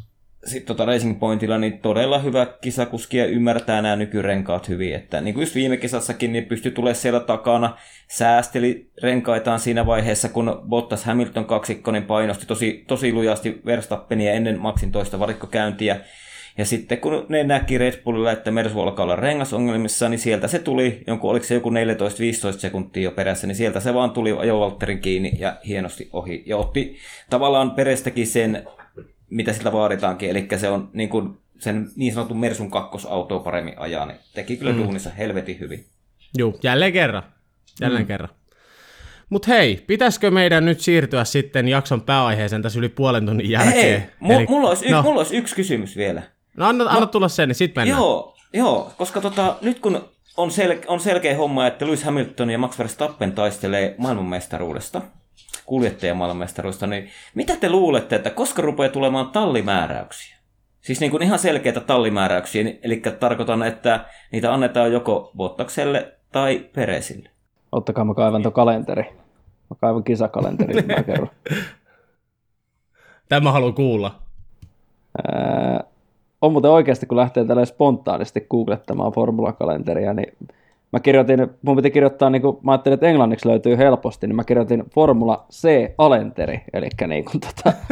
Racing Pointilla, niin todella hyvä kisakuski ja ymmärtää nämä nykyrenkaat hyvin, että niin kuin just viime kisassakin, niin pystyi tulemaan siellä takana, säästeli renkaitaan siinä vaiheessa, kun Bottas Hamilton kaksikko niin painosti tosi lujasti Verstappenia ennen Maxin toista varikkokäyntiä. Ja kun ne näki Red Bullilla, että Mersu alkaa olla rengasongelmissa, niin sieltä se tuli, oliko se joku 14-15 sekuntia jo perässä, niin sieltä se vaan tuli ajovaltterin kiinni ja hienosti ohi. Ja otti tavallaan Perestäkin sen, mitä siltä vaaditaankin, eli se on niin kuin sen niin sanotun Mersun kakkosautoa paremmin ajaa, niin teki kyllä duunissa helvetin hyvin. Joo, jälleen kerran. Mutta hei, pitäisikö meidän nyt siirtyä sitten jakson pääaiheeseen tässä yli puolen tunnin jälkeen? Hei, mulla olisi yksi kysymys vielä. No anna tulla sen, niin sitten mennään. Joo, koska nyt kun on selkeä homma, että Lewis Hamilton ja Max Verstappen taistelee maailmanmestaruudesta, kuljettajamaailmanmestaruudesta, niin mitä te luulette, että koska rupeaa tulemaan tallimääräyksiä? Siis niin kuin ihan selkeitä tallimääräyksiä, eli tarkoitan, että niitä annetaan joko Bottakselle tai Perezille. Ottakaa, mä kaivan tuon kalenteri. Mä kaivan kisakalenteri, mä kerron. Tämä haluan kuulla. On muuten oikeasti, kun lähtee tällä spontaanisti googlettamaan formulakalenteria, niin mun piti kirjoittaa, niin kuin mä ajattelin, että englanniksi löytyy helposti, niin mä kirjoitin Formula C-alenteri, eli niin kuin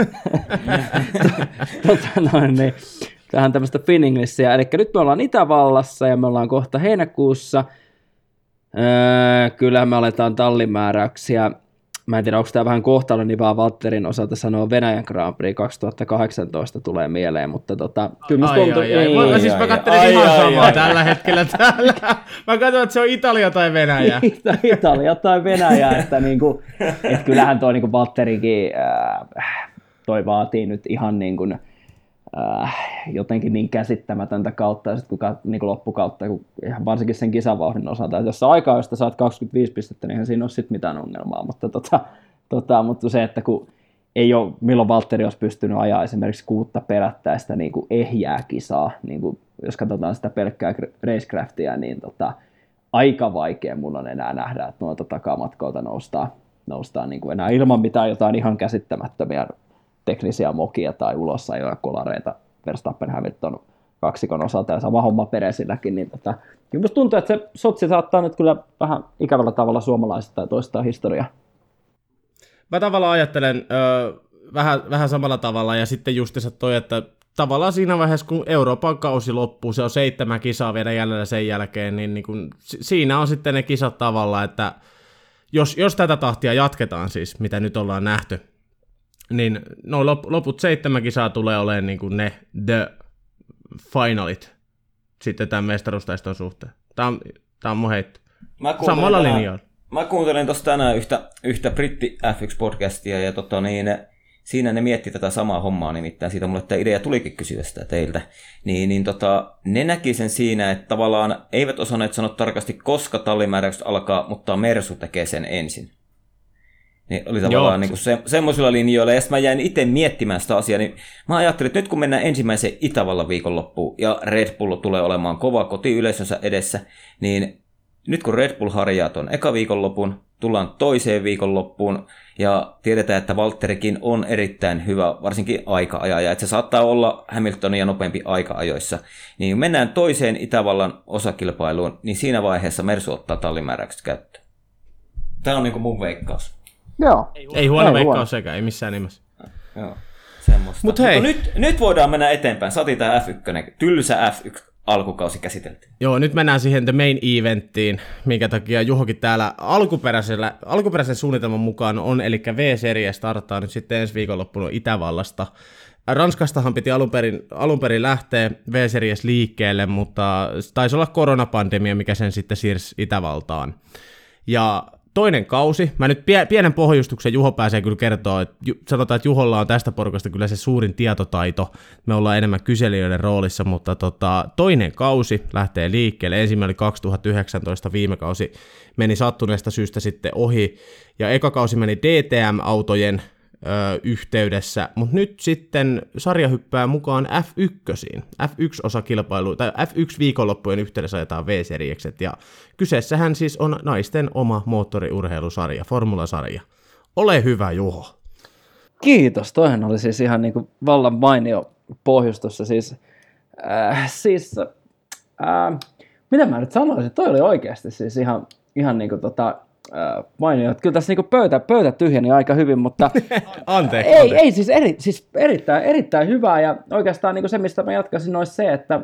niin, tähän tämmöistä Finenglishia, eli nyt me ollaan Itävallassa ja me ollaan kohta heinäkuussa, kyllä me aletaan tallimääräyksiä. Mä en tiedä, onko tämä vähän kohtalo, niin vaan Valtterin osalta sanoo Venäjän Grand Prix 2018 tulee mieleen, mutta kyllä musta tuntuu... Siis mä katselin ihan samaa tällä hetkellä täällä. Mä katson, että se on Italia tai Venäjä. Italia tai Venäjä, että niinku, et kyllähän toi niinku Valtterinkin toi vaatii nyt ihan niin kuin, jotenkin niin käsittämätöntä kautta, ja sitten kun niin loppukautta, kun ihan varsinkin sen kisavauhdin osalta, että jos sä aikaa, josta saat 25 pistettä, niin eihän siinä ole sitten mitään ongelmaa, mutta se, että kun ei ole, milloin Valtteri olisi pystynyt ajaa esimerkiksi 6 perättäistä niin kuin ehjää kisaa, niin kuin, jos katsotaan sitä pelkkää racecraftia, niin aika vaikea mun on enää nähdä, että noita takamatkoilta noustaan niin kuin enää ilman mitään jotain ihan käsittämättömiä teknisiä mokia tai ulosajoja, kolareita, Verstappen Hamilton kaksikon osalta ja sama homma Peresilläkin, niin kyllä musta tuntuu, että se Sotsi saattaa nyt kyllä vähän ikävällä tavalla suomalaisista tai toistaa historiaa. Mä tavallaan ajattelen vähän samalla tavalla, ja sitten justiinsa toi, että tavallaan siinä vaiheessa, kun Euroopan kausi loppuu, se on 7 kisaa vielä jäljellä sen jälkeen, niin kun, siinä on sitten ne kisat tavallaan, että jos tätä tahtia jatketaan siis, mitä nyt ollaan nähty, niin no loput 7 kisaa tulee olemaan niin kuin ne the finalit sitten tämän mestaruustaiston suhteen. Tämä on mun heitto. Samalla linjalla. Mä kuuntelin tuossa tänään yhtä Britti F1-podcastia, ja siinä ne mietti tätä samaa hommaa, nimittäin siitä mulle tämä idea tulikin kysyä sitä teiltä. Ne näki sen siinä, että tavallaan eivät osanneet sanoa tarkasti, koska tallimääräykset alkaa, mutta Mersu tekee sen ensin. Niin oli tavallaan niin semmoisilla linjoilla, ja sitten mä jäin itse miettimään sitä asiaa, niin mä ajattelin, että nyt kun mennään ensimmäiseen Itävallan viikonloppuun, ja Red Bull tulee olemaan kova kotiyleisönsä edessä, niin nyt kun Red Bull harjaa tuon eka viikonlopun, tullaan toiseen viikonloppuun, ja tiedetään, että Valtterikin on erittäin hyvä, varsinkin aika-ajaja, että se saattaa olla Hamiltonia nopeampi aika-ajoissa, niin mennään toiseen Itävallan osakilpailuun, niin siinä vaiheessa Mersu ottaa tallimääräykset käyttöön. Tämä on niin kuin mun veikkaus. Joo. Ei huono veikkaus sekä, ei missään nimessä. Joo, semmoista. Mut hei. Nyt voidaan mennä eteenpäin. Saatiin tää F1, tylsä F1 alkukausi käsiteltiin. Joo, nyt mennään siihen the main eventtiin, minkä takia Juhokin täällä alkuperäisen suunnitelman mukaan on, eli V-serie starttaa nyt sitten ensi viikonloppuna Itävallasta. Ranskastahan piti alun perin lähteä V-series liikkeelle, mutta taisi olla koronapandemia, mikä sen sitten siirsi Itävaltaan. Ja toinen kausi, mä nyt pienen pohjustuksen Juho pääsee kyllä kertoa, että sanotaan, että Juholla on tästä porukasta kyllä se suurin tietotaito, me ollaan enemmän kyselijöiden roolissa, mutta toinen kausi lähtee liikkeelle, ensimmäinen oli 2019, viime kausi meni sattuneesta syystä sitten ohi, ja eka kausi meni DTM-autojen yhteydessä, mutta nyt sitten sarja hyppää mukaan F1:iin. F1-osakilpailu, tai F1-viikonloppujen yhteydessä ajetaan V-seriekset, ja kyseessähän siis on naisten oma moottoriurheilusarja, formulasarja. Ole hyvä, Juho. Kiitos, toihan oli siis ihan niin kuin vallan mainio pohjustus. Mitä mä nyt sanoisin, toi oli oikeasti siis ihan niin kuin mainio. Kyllä tässä niinku pöytä tyhjeni aika hyvin, mutta Anteeksi. Ei siis erittäin hyvää, ja oikeastaan niinku se, mistä mä jatkaisin, olisi se, että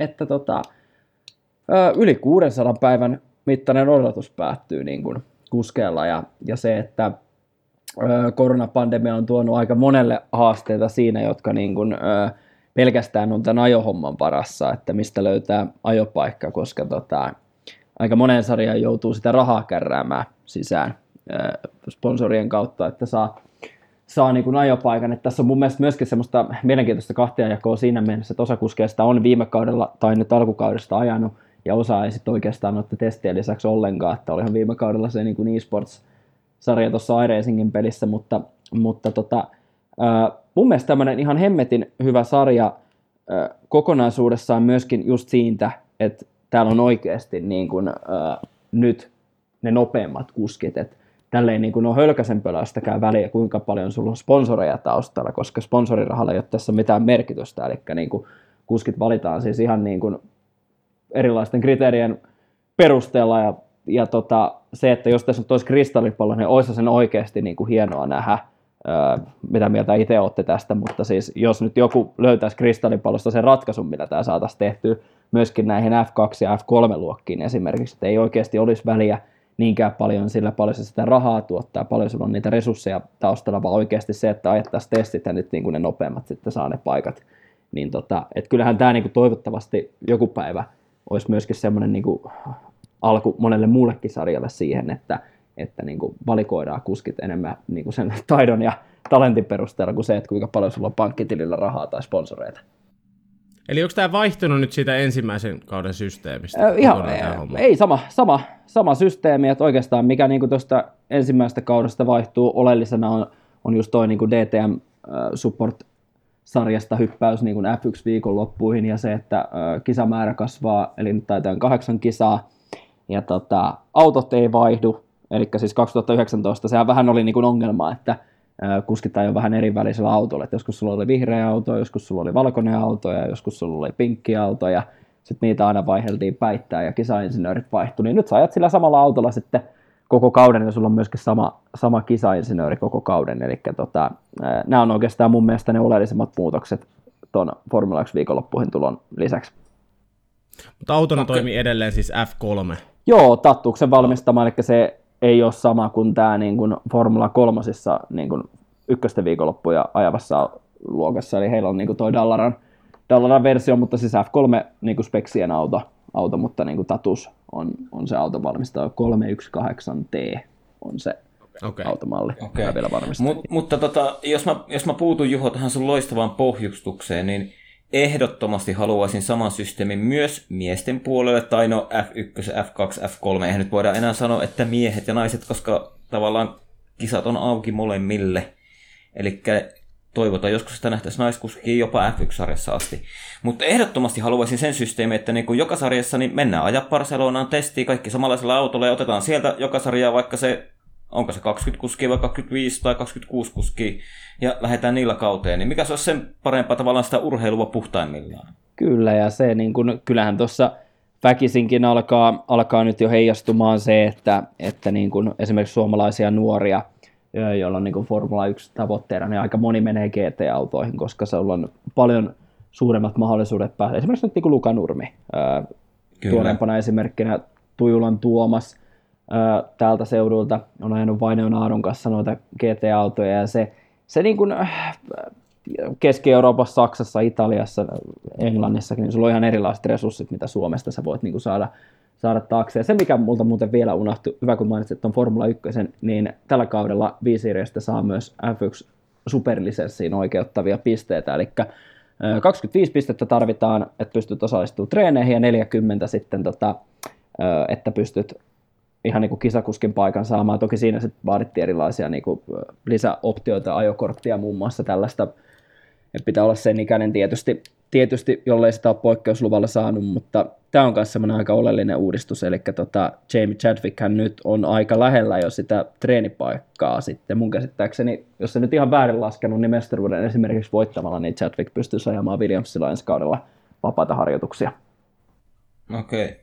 yli 600 päivän mittainen odotus päättyy niin kuin kuskeella, ja se, että koronapandemia on tuonut aika monelle haasteita siinä, jotka niin kuin, pelkästään on tämän ajohomman varassa, että mistä löytää ajopaikka, koska aika monen sarjan joutuu sitä rahaa kärräämään sisään sponsorien kautta, että saa niin kuin ajopaikan. Että tässä on mun mielestä myöskin semmoista mielenkiintoista kahtiajakoa siinä mielessä, että osa kuskeista on viime kaudella tai nyt alkukaudesta ajanut, ja osa ei sitten oikeastaan noita testien lisäksi ollenkaan, että olihan viime kaudella se niin kuin eSports-sarja tuossa iRacingin pelissä, mutta mun mielestä tämmöinen ihan hemmetin hyvä sarja kokonaisuudessaan myöskin just siitä, että täällä on oikeasti niin kuin, nyt ne nopeimmat kuskit, että tälleen niin kuin on hölkäsen pölästäkään väliä, kuinka paljon sulla on sponsoreja taustalla, koska sponsorirahalla ei ole tässä mitään merkitystä, eli niin kuin kuskit valitaan siis ihan niin kuin erilaisten kriteerien perusteella, ja se, että jos tässä nyt olisi kristallipallo, niin olisi sen oikeasti niin kuin hienoa nähdä, mitä mieltä itse olette tästä, mutta siis jos nyt joku löytäisi kristallipallosta sen ratkaisun, millä tämä saataisiin tehtyä myöskin näihin F2 ja F3-luokkiin esimerkiksi, että ei oikeasti olisi väliä niinkään paljon sillä, paljon se sitä rahaa tuottaa, paljon sulla on niitä resursseja taustalla, vaan oikeasti se, että ajettaisiin testit ja nyt niin kuin ne nopeammat sitten saa ne paikat, niin että kyllähän tämä niin kuin toivottavasti joku päivä olisi myöskin semmoinen niin kuin alku monelle muullekin sarjalle siihen, että niin kuin valikoidaan kuskit enemmän niin kuin sen taidon ja talentin perusteella kuin se, että kuinka paljon sulla on pankkitilillä rahaa tai sponsoreita. Eli onko tämä vaihtunut nyt siitä ensimmäisen kauden systeemistä? Ei, sama systeemi, että oikeastaan mikä niin kuin tuosta ensimmäisestä kaudesta vaihtuu oleellisena on just toi niin kuin DTM Support-sarjasta hyppäys niin kuin F1 viikonloppuihin ja se, että kisamäärä kasvaa, eli nyt taitaan 8 kisaa, ja autot ei vaihdu, eli siis 2019 sehän vähän oli niin kuin ongelma, että kuskit ajoi vähän eri välisellä autolla. Et joskus sulla oli vihreä auto, joskus sulla oli valkoinen auto ja joskus sulla oli pinkki auto ja sitten niitä aina vaiheltiin päittää ja kisainsinöörit vaihtui. Niin nyt sä ajat sillä samalla autolla sitten koko kauden ja sulla on myöskin sama kisainsinööri koko kauden. Eli nämä on oikeastaan mun mielestä ne oleellisemmat muutokset tuon Formula 1 viikonloppuihin tulon lisäksi. Mutta autona toimii edelleen siis F3. Joo, Tattuksen valmistama, eli se ei ole sama kuin tämä niin kuin Formula 3 niin kuin ykkösten viikonloppuja ajavassa luokassa, eli heillä on niin kuin toi Dallaran versio, mutta siis F3 niin kuin speksien auto, mutta niin kuin Tatus on se autovalmistaja, 318T on se automalli. Okay. Mutta jos mä puutun Juho tähän sun loistavaan pohjustukseen, niin ehdottomasti haluaisin saman systeemin myös miesten puolelle, tai no F1, F2, F3, eihän nyt voida enää sanoa, että miehet ja naiset, koska tavallaan kisat on auki molemmille. Eli toivotaan joskus, että nähtäisiin naiskuskia jopa F1-sarjassa asti. Mutta ehdottomasti haluaisin sen systeemin, että niin kuin joka sarjassa niin mennään ajaa Barcelonaan, testiin kaikki samanlaisella autolla ja otetaan sieltä joka sarjaa vaikka se, onko se 20 kuskia vai 25 tai 26 kuskia, ja lähdetään niillä kauteen. Niin mikä se olisi sen parempaa tavallaan sitä urheilua puhtaimmillaan? Kyllä, ja se niin kun, kyllähän tuossa väkisinkin alkaa nyt jo heijastumaan se, että niin kun esimerkiksi suomalaisia nuoria, joilla on niin kun Formula 1 tavoitteena, niin aika moni menee GT-autoihin, koska se on paljon suuremmat mahdollisuudet päästä. Esimerkiksi nyt niin kuin Luka Nurmi, tuorempana esimerkkinä Tujulan Tuomas täältä seudulta on ajanut Vainion Aadon kanssa noita GT-autoja, ja se niin kuin Keski-Euroopassa, Saksassa, Italiassa, Englannissakin, niin sulla on ihan erilaiset resurssit, mitä Suomesta sä voit niin kuin saada taakse. Ja se, mikä multa muuten vielä unohtui, hyvä kun mainitsit tuon Formula 1, niin tällä kaudella V-Seriesistä saa myös F1 superlisenssiin oikeuttavia pisteitä, eli 25 pistettä tarvitaan, että pystyt osallistumaan treeneihin, ja 40 sitten, että pystyt ihan niin kuin kisakuskin paikan saamaan. Toki siinä sitten vaadittiin erilaisia niin kuin lisäoptioita, ajokorttia muun muassa tällaista, että pitää olla sen ikäinen tietysti, jollei sitä ole poikkeusluvalla saanut, mutta tämä on myös semmoinen aika oleellinen uudistus, eli Jamie Chadwickhän nyt on aika lähellä jo sitä treenipaikkaa sitten. Mun käsittääkseni, jos se nyt ihan väärin laskenut, niin mestaruuden esimerkiksi voittamalla, niin Chadwick pystyisi ajamaan Williamsilla ensi kaudella vapaata harjoituksia. Okei.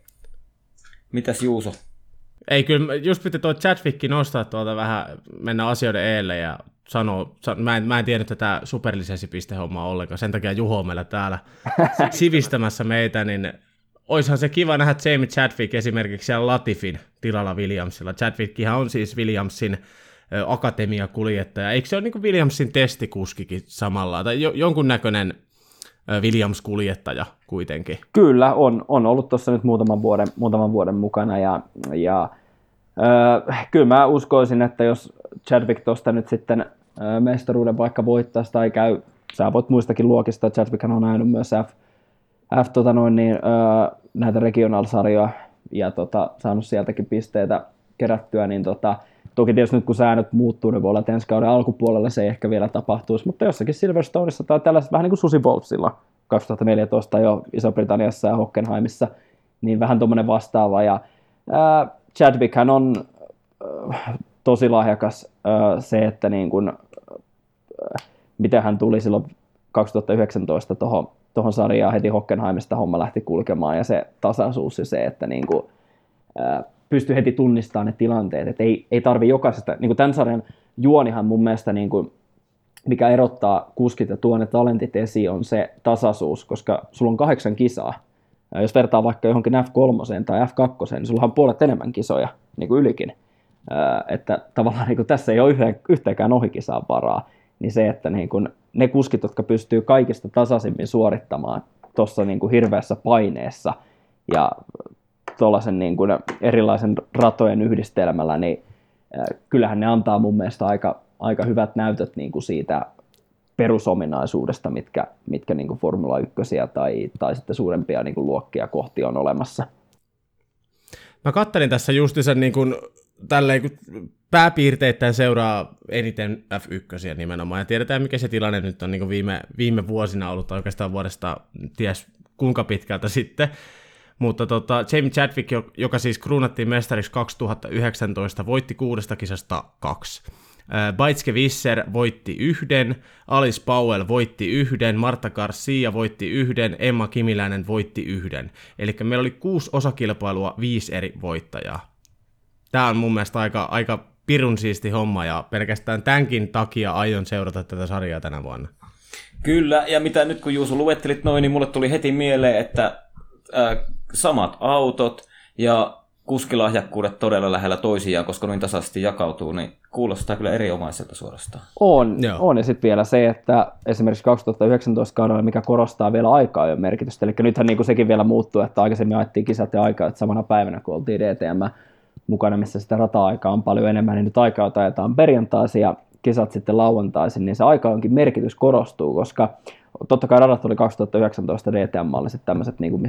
Mitäs Juuso? Ei, kyllä just piti tuo Chadwickin nostaa tuolta vähän, mennä asioiden eelle ja sanoa, mä en tiedä tätä superlisenssipistehommaa ollenkaan, sen takia Juho on meillä täällä sivistämässä meitä, niin oishan se kiva nähdä Jamie Chadwick esimerkiksi siellä Latifin tilalla Williamsilla. Chadwickihan on siis Williamsin akatemiakuljettaja, eikö se ole niin kuin Williamsin testikuskikin samalla, tai jonkunnäköinen Williams-kuljettaja kuitenkin? Kyllä, on ollut tuossa nyt muutaman vuoden mukana, ja kyllä mä uskoisin, että jos Chadwick tuosta nyt sitten mestaruuden vaikka voittaisi tai käy, sä voit muistakin luokista, että Chadwick on ajanut myös näitä regional-sarjoja ja saanut sieltäkin pisteitä kerättyä, niin toki tietysti nyt kun säännöt muuttuu, niin voi olla, että ensi kauden alkupuolella se ei ehkä vielä tapahtuisi, mutta jossakin Silverstoneissa tai tällaisessa vähän niin kuin Susi Wolfsilla 2014 jo Iso-Britanniassa ja Hockenheimissa, niin vähän tuommoinen vastaava, ja Chadwickhän on tosi lahjakas se, että niin kuin, miten hän tuli silloin 2019 tuohon sarjaan heti Hockenheimista homma lähti kulkemaan, ja se tasaisuus ja se, että niin kuin, pystyi heti tunnistamaan ne tilanteet, että ei tarvi jokaisesta, niin kuin tämän sarjan juonihan mun mielestä, niin kuin, mikä erottaa kuskit ja tuo ne talentit esiin, on se tasaisuus, koska sulla on 8 kisaa. Jos vertaa vaikka johonkin F3 tai F2, niin sulla on puolet enemmän kisoja niin kuin ylikin. Että tavallaan niin kuin tässä ei ole yhtäkään ohikisaa varaa, niin se, että niin kuin ne kuskit, jotka pystyy kaikista tasaisimmin suorittamaan tuossa niin kuin hirveässä paineessa ja tuollaisen niin kuin erilaisen ratojen yhdistelmällä, niin kyllähän ne antaa mun mielestä aika hyvät näytöt niin kuin siitä perusominaisuudesta, mitkä niin kuin Formula 1 tai sitten suurempia niin kuin luokkia kohti on olemassa. Mä kattelin tässä justiinsa niin kuin tälleen, kun pääpiirteittäin seuraa eniten F1 nimenomaan, ja tiedetään mikä se tilanne nyt on niin kuin viime vuosina ollut, tai oikeastaan vuodesta ties kuinka pitkältä sitten, mutta Jamie Chadwick, joka siis kruunattiin mestariksi 2019, voitti 6 kisasta 2. Beitske Visser voitti 1, Alice Powell voitti 1, Marta Garcia voitti 1, Emma Kimiläinen voitti 1. Eli meillä oli 6 osakilpailua, 5 eri voittajaa. Tämä on mun mielestä aika pirun siisti homma, ja pelkästään tämänkin takia aion seurata tätä sarjaa tänä vuonna. Kyllä, ja mitä nyt kun Juuso luettelit noin, niin mulle tuli heti mieleen, että samat autot ja kuskilahjakkuudet todella lähellä toisiaan, koska noin tasaisesti jakautuu, niin kuulostaa kyllä eriomaiselta suorastaan. On, ja sitten vielä se, että esimerkiksi 2019 kaudella, mikä korostaa vielä aikaa merkitystä, eli nythän niin kuin sekin vielä muuttuu, että aikaisemmin ajettiin kisat ja aikaa, että samana päivänä kun oltiin DTM mukana, missä sitä rata-aikaa on paljon enemmän, niin nyt aikaa ajetaan perjantaisin ja kisat sitten lauantaisin, niin se aikaonkin merkitys korostuu, koska totta kai radat oli 2019 DTM-malliset tämmöiset, niin kuin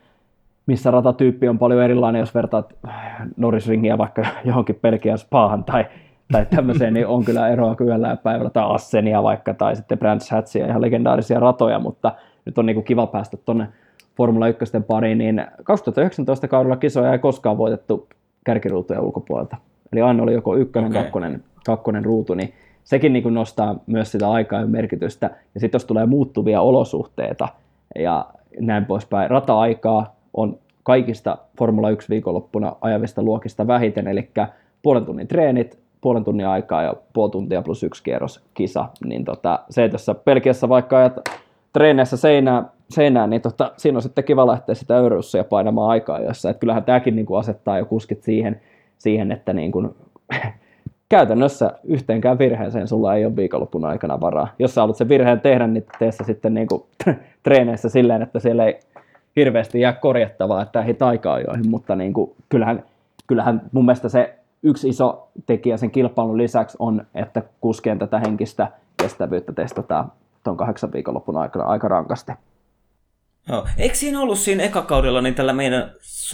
missä ratatyyppi on paljon erilainen, jos vertaat Norrisringiä vaikka johonkin Belgian Spahan tai tämmöiseen, niin on kyllä eroa yöllä ja päivällä, tai Assenia vaikka, tai sitten Brands Hatchia, ihan legendaarisia ratoja, mutta nyt on niin kuin kiva päästä tuonne Formula 1 pariin, niin 2019 kaudella kisoja ei koskaan voitettu kärkiruutujen ulkopuolelta. Eli aina oli joko ykkönen, kakkonen ruutu, niin sekin niin kuin nostaa myös sitä aikaa ja merkitystä. Ja sitten jos tulee muuttuvia olosuhteita ja näin poispäin, rata-aikaa on kaikista Formula 1 viikonloppuna ajavista luokista vähiten, eli puolen tunnin treenit, puolen tunnin aikaa ja puoli tuntia plus 1 kierros kisa. Niin se, että jos Belgiassa vaikka ajat treeneissä seinään, niin siinä on sitten kiva lähteä sitä Öyryssia painamaan aikaa jossa. Että kyllähän tämäkin niin kuin asettaa jo kuskit siihen että niin kuin, käytännössä yhteenkään virheeseen sulla ei ole viikonloppuna aikana varaa. Jos sä haluat sen virheen tehdä, niin tee se sitten niin kuin treeneissä silleen, että siellä ei hirveästi jää korjattavaa, että ehdit aika-ajoihin, mutta niin kuin, kyllähän mun mielestä se yksi iso tekijä sen kilpailun lisäksi on, että kuskien tätä henkistä kestävyyttä testataan tuon 8 viikonloppun aikana aika rankasti. Joo. Eikö siinä ollut siinä ekakaudella niin tällä meidän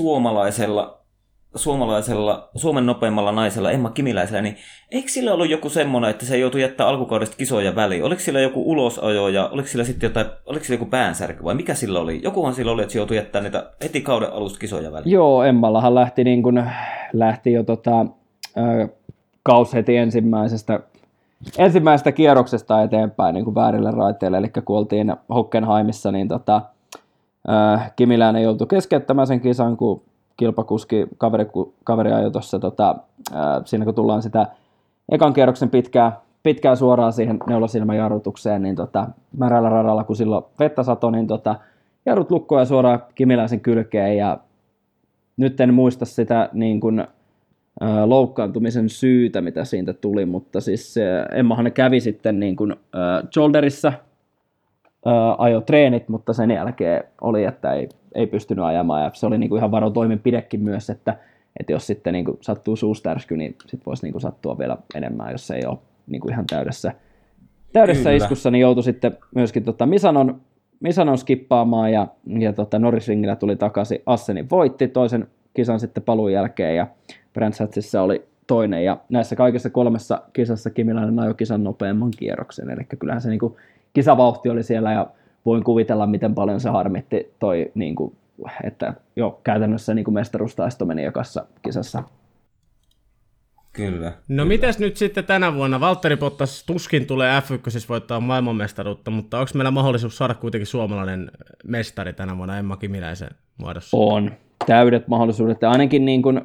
Suomen nopeimmalla naisella Emma Kimiläisellä, niin eikö sillä ollut joku semmoinen, että se joutui jättää alkukaudesta kisoja väliin? Oliko sillä joku ulosajo ja oliko sillä sitten oliko sillä joku päänsärky vai mikä sillä oli? Jokuhan sillä oli, että se joutui jättää niitä heti kauden alusta kisoja väliin. Joo, Emmallahan lähti jo kausi heti ensimmäisestä kierroksesta eteenpäin niin kuin väärille raiteille, eli kun oltiin Hockenheimissa, niin Kimiläinen joutui keskeyttämään sen kisan, kun kilpakuski kaveri ajoi tuossa, siinä kun tullaan sitä ekan kierroksen pitkää suoraan siihen neulasilmäjarrutukseen, niin märällä radalla, kun silloin vettä satoi, niin jarrut lukkoon ja suoraan Kimiläisen kylkeen, ja nyt en muista sitä niin kuin loukkaantumisen syytä, mitä siitä tuli, mutta siis Emmahan kävi sitten niin kuin shoulderissa, ajoi treenit, mutta sen jälkeen oli, että ei pystynyt ajamaan, ja se oli niin kuin ihan varotoimenpidekin myös, että jos sitten niin kuin sattuu suustärsky, niin sit voisi niin kuin sattua vielä enemmän, jos se ei ole niin kuin ihan täydessä iskussa, niin joutui sitten myöskin Misanon skippaamaan, ja Norrisringillä tuli takaisin, Asseni voitti toisen kisan sitten paluun jälkeen, ja Brands Hatchissa oli toinen, ja näissä kaikissa 3 kisassa Kimiläinen ajoi kisan nopeamman kierroksen, eli kyllähän se niin kuin kisavauhti oli siellä, ja voin kuvitella, miten paljon se harmitti toi, niin kuin, että jo käytännössä niin kuin mestaruustaisto meni jokassa kisassa. Kyllä. No mitäs nyt sitten tänä vuonna? Valtteri Bottas tuskin tulee F1 voittaa maailmanmestaruutta, mutta onko meillä mahdollisuus saada kuitenkin suomalainen mestari tänä vuonna Emma Kimiläisen muodossa? On. Täydet mahdollisuudet. Ja ainakin niin kuin,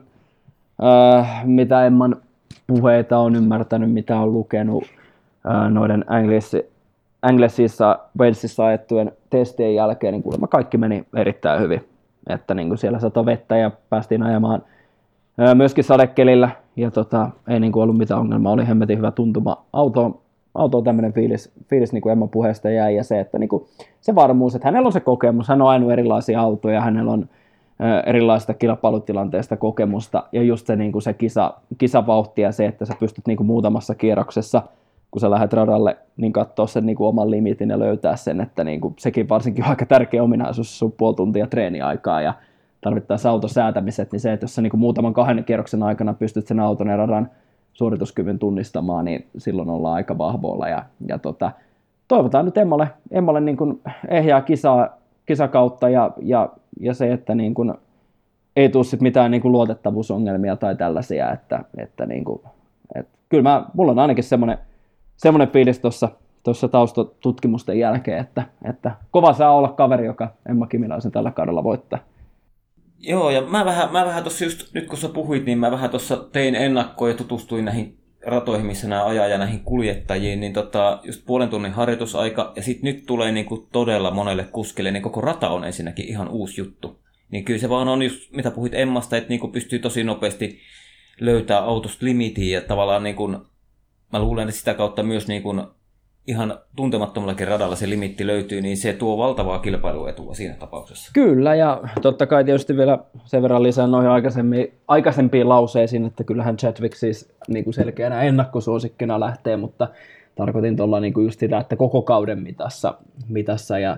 mitä Emman puheita on ymmärtänyt, mitä on lukenut noiden Anglesissa, Walesissa ajettujen testien jälkeen, niin kuulemma kaikki meni erittäin hyvin. Että niin kuin siellä satoi vettä ja päästiin ajamaan myöskin sadekelillä, ja ei niin kuin ollut mitään ongelmaa, oli hemmetin hyvä tuntuma autoon tämmöinen fiilis niin kuin Emman puheesta jäi, ja se, että niin kuin se varmuus, että hänellä on se kokemus, hän on ajanut erilaisia autoja, hänellä on erilaisista kilpailutilanteista kokemusta, ja just se, niin kuin se kisavauhti ja se, että sä pystyt niin kuin muutamassa kierroksessa, kun sä lähdet radalle, niin katsoa sen niin kuin oman limitin ja löytää sen, että niin kuin sekin varsinkin on aika tärkeä ominaisuus, jos on puoli tuntia treeniaikaa ja tarvittaisiin autosäätämiset, niin se, että jos sä niin kuin muutaman 2 kierroksen aikana pystyt sen auton ja radan suorituskyvyn tunnistamaan, niin silloin ollaan aika vahvoilla. Ja toivotaan nyt Emmalle niin kuin ehjää kisakautta ja se, että niin kuin ei tule sit mitään niin kuin luotettavuusongelmia tai tällaisia, että niin kuin, mulla on ainakin semmoinen fiilis tuossa taustatutkimusten jälkeen, että kova saa olla kaveri, joka Emma Kimiläisen tällä kaudella voittaa. Joo, ja mä vähän tuossa just, nyt kun sä puhuit, niin mä vähän tuossa tein ennakkoa ja tutustuin näihin ratoihin, missä nämä ajaa ja näihin kuljettajiin, niin just puolen tunnin harjoitusaika, ja sitten nyt tulee niinku todella monelle kuskille, niin koko rata on ensinnäkin ihan uusi juttu. Niin kyllä se vaan on just, mitä puhuit Emmasta, että niinku pystyy tosi nopeasti löytää autosta limitiin, ja tavallaan niinku, mä luulen, että sitä kautta myös niinku ihan tuntemattomallakin radalla se limitti löytyy, niin se tuo valtavaa kilpailuetua siinä tapauksessa. Kyllä, ja totta kai tietysti vielä sen verran lisään noihin aikaisempiin lauseisiin, että kyllähän Chadwick siis niin kuin selkeänä ennakkosuosikkina lähtee, mutta tarkoitin tuolla niin kuin just sitä, että koko kauden mitassa ja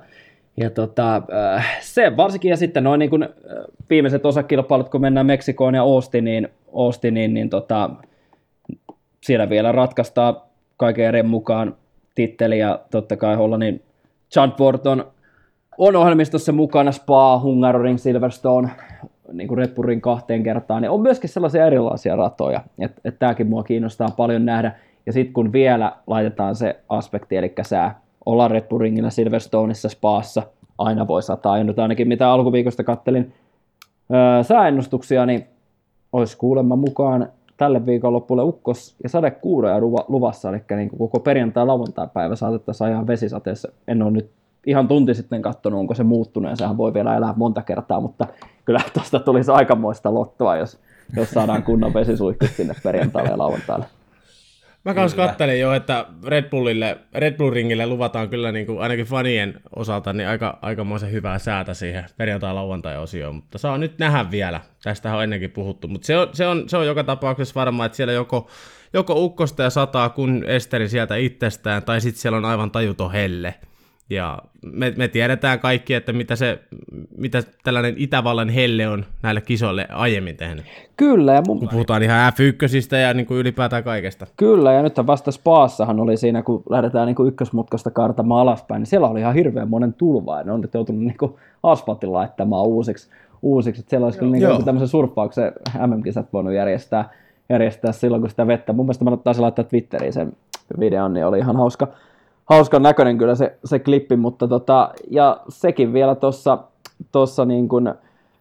se varsinkin, ja sitten noin niin kuin viimeiset osakilpailut, kun mennään Meksikoon ja Austiniin, niin siellä vielä ratkaistaan kaiken eri mukaan titteli, ja totta kai Hollannin Zandvoort on ohjelmistossa mukana, Spa, Hungaroring, Silverstone, niin kuin Red Bullin 2 kertaan, niin on myöskin sellaisia erilaisia ratoja, että tämäkin mua kiinnostaa paljon nähdä, ja sitten kun vielä laitetaan se aspekti, eli sää, ollaan Red Bull Ringillä, Silverstoneissa, Spaassa, aina voi sataa, ja nyt ainakin mitä alkuviikosta kattelin sääennustuksia, niin olisi kuulemma mukaan tälle viikonloppulle ukkos- ja sadekuuroja luvassa, eli niin koko perjantai-lauantai-päivä saatettaisiin ajaa vesisateessa. En ole nyt ihan tunti sitten katsonut, onko se muuttunut, ja sehän voi vielä elää monta kertaa, mutta kyllä tuosta tulisi aikamoista lottoa, jos saadaan kunnon vesisuihkut sinne perjantaille ja lauantaille. Mä kans kattelin jo, että Red Bull Ringille luvataan kyllä niin kuin ainakin fanien osalta niin aikamoisen hyvää säätä siihen perjantai-lauantai-osioon, mutta saa nyt nähdä vielä. Tästähän on ennenkin puhuttu, mutta se on joka tapauksessa varma, että siellä joko ukkosta ja sataa kun esteri sieltä itsestään, tai sitten siellä on aivan tajuton helle. Ja me tiedetään kaikki, että mitä tällainen Itävallan helle on näille kisoille aiemmin tehnyt. Kyllä. Kun puhutaan ihan F1 ja niin kuin ylipäätään kaikesta. Kyllä, ja nyt vasta Spaassahan oli siinä, kun lähdetään niin kuin ykkösmutkasta kaartamaan alaspäin, niin siellä oli ihan hirveän monen tulva, ja ne on nyt joutunut niin kuin asfaltin laittamaan uusiksi. Että siellä olisi kyllä niin tämmöisen surffauksen MM-kisat voinut järjestää silloin, kun sitä vettä. Mun mielestä mä taisin laittaa Twitteriin sen videon, niin oli ihan hauskan näköinen kyllä se klippi, mutta ja sekin vielä tuossa niin kuin,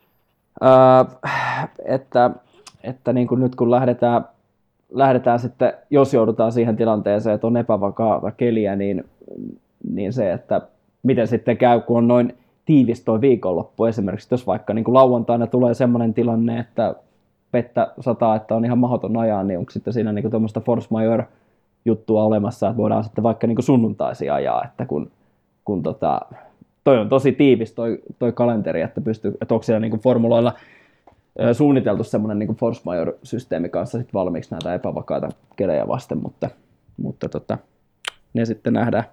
että niin kuin nyt kun lähdetään sitten, jos joudutaan siihen tilanteeseen, että on epävakaata keliä, niin se, että miten sitten käy, kun on noin tiivis toi viikonloppu esimerkiksi, jos vaikka niin kuin lauantaina tulee semmoinen tilanne, että vettä sataa, että on ihan mahdoton ajaa, niin onko sitten siinä niin kuin tuommoista force majeure juttua olemassa, että voidaan sitten vaikka niin kuin sunnuntaisin ajaa, että kun toi on tosi tiivis toi kalenteri, että onko siellä niin kuin formuloilla suunniteltu semmoinen niin kuin force majeure-systeemi kanssa sit valmiiksi näitä epävakaita kelejä vasten, mutta ne sitten nähdään.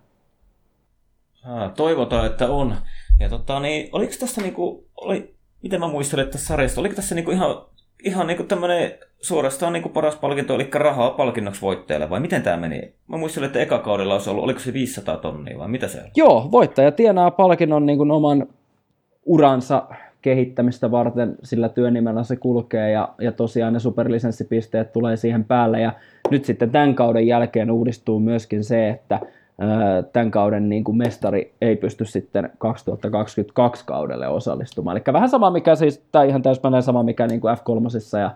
Toivotaan, että on. Ja niin, oliko tässä miten mä muistelen tässä sarjasta, oliko tässä ihan niinku tämmönen suorastaan niinku paras palkinto, eli rahaa palkinnoksi voittajalle, vai miten tämä meni? Mä muistelen, että eka kaudella olisi ollut, oliko se 500 tonnia, vai mitä se on? Joo, voittaja tienaa palkinnon niin kuin oman uransa kehittämistä varten, sillä työnimellä se kulkee, ja tosiaan ne superlisenssipisteet tulee siihen päälle, ja nyt sitten tämän kauden jälkeen uudistuu myöskin se, että tämän kauden niin kuin mestari ei pysty sitten 2022 kaudelle osallistumaan. Eli vähän sama, mikä siis, tai ihan täysmälleen sama, mikä niin kuin F3 ja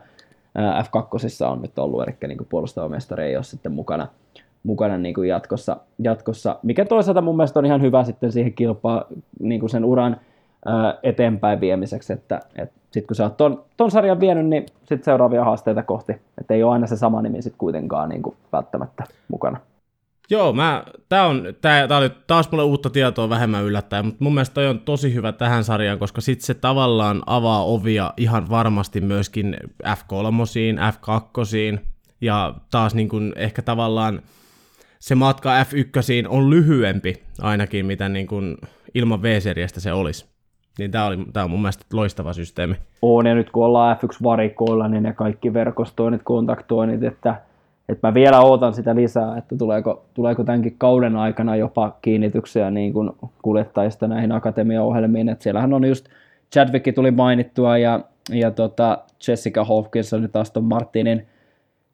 F2 on nyt ollut, eli niin kuin puolustava mestari ei ole sitten mukana niin kuin jatkossa, mikä toisaalta mun mielestä on ihan hyvä sitten siihen kilpaa niin kuin sen uran eteenpäin viemiseksi, että sitten kun sä oot ton sarjan vienyt, niin sitten seuraavia haasteita kohti, että ei ole aina se sama nimi sitten kuitenkaan niin kuin välttämättä mukana. Joo, tää oli taas mulle uutta tietoa vähemmän yllättäen, mutta mun mielestä toi on tosi hyvä tähän sarjaan, koska sitten se tavallaan avaa ovia ihan varmasti myöskin F3, F2, ja taas niin kun ehkä tavallaan se matka F1 on lyhyempi ainakin, mitä niin kun ilman V-seriasta se olisi. Niin tää on mun mielestä loistava systeemi. On, ja nyt kun ollaan F1-varikoilla, niin ne kaikki verkostoinnit, kontaktoinnit, että mä vielä ootan sitä lisää, että tuleeko tämänkin kauden aikana jopa kiinnityksiä niin kuin kuljettajista näihin akatemiaohjelmiin, että siellähän on just Chadwick tuli mainittua, ja Jessica Hawkins, nyt Aston Martinin